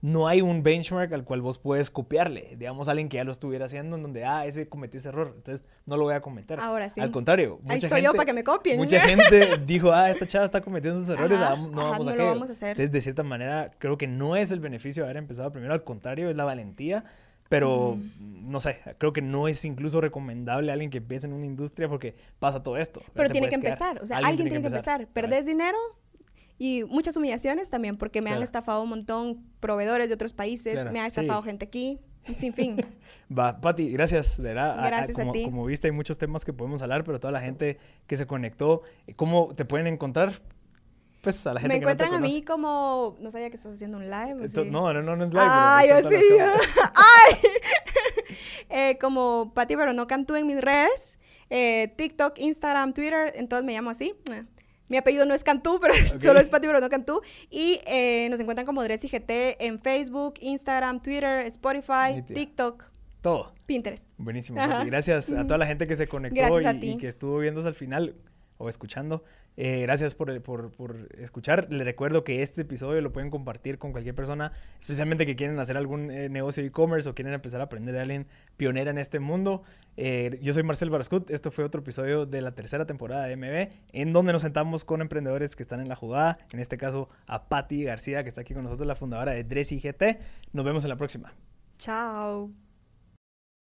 no hay un benchmark al cual vos puedes copiarle. Digamos, alguien que ya lo estuviera haciendo en donde, ah, ese cometió ese error, entonces no lo voy a cometer. Ahora sí. Al contrario. Ahí mucha estoy gente, yo para que me copien. Mucha gente dijo, ah, esta chava está cometiendo esos errores, Ajá, ah, no, ajá, vamos, no a lo vamos a hacer. Entonces, de cierta manera, creo que no es el beneficio de haber empezado primero, al contrario, es la valentía. Pero, mm. no sé, creo que no es incluso recomendable a alguien que empiece en una industria porque pasa todo esto. Pero tiene que empezar, o sea, alguien, alguien tiene que empezar. empezar. Perdés dinero y muchas humillaciones también porque me claro. han estafado un montón proveedores de otros países, claro. me ha estafado sí. gente aquí, sin fin. Va, Pati, gracias, de verdad. Gracias a, a, como, a ti. Como viste, hay muchos temas que podemos hablar, pero toda la gente que se conectó, ¿cómo te pueden encontrar? Pues a la gente me que encuentran no te a mí como, no sabía que estás haciendo un live. Esto, sí. No, no, no es live. Ay, yo sí. Ay. eh, como Pati pero no Cantú en mis redes, eh, TikTok, Instagram, Twitter, entonces me llamo así. Mi apellido no es Cantú, pero okay. solo es Pati pero no Cantú. Y eh, nos encuentran como Dressy G T en Facebook, Instagram, Twitter, Spotify, Nitia. TikTok. Todo. Pinterest. Buenísimo. Pati. Gracias a toda la gente que se conectó y, y que estuvo viendo hasta el final o escuchando. Eh, gracias por, por, por escuchar. Les recuerdo que este episodio lo pueden compartir con cualquier persona, especialmente que quieren hacer algún eh, negocio e-commerce o quieren empezar a aprender de alguien pionera en este mundo. Eh, yo soy Marcel Barascut. Esto fue otro episodio de la tercera temporada de M B, en donde nos sentamos con emprendedores que están en la jugada. En este caso, a Pati García, que está aquí con nosotros, la fundadora de Dressy G T. Nos vemos en la próxima. Chao.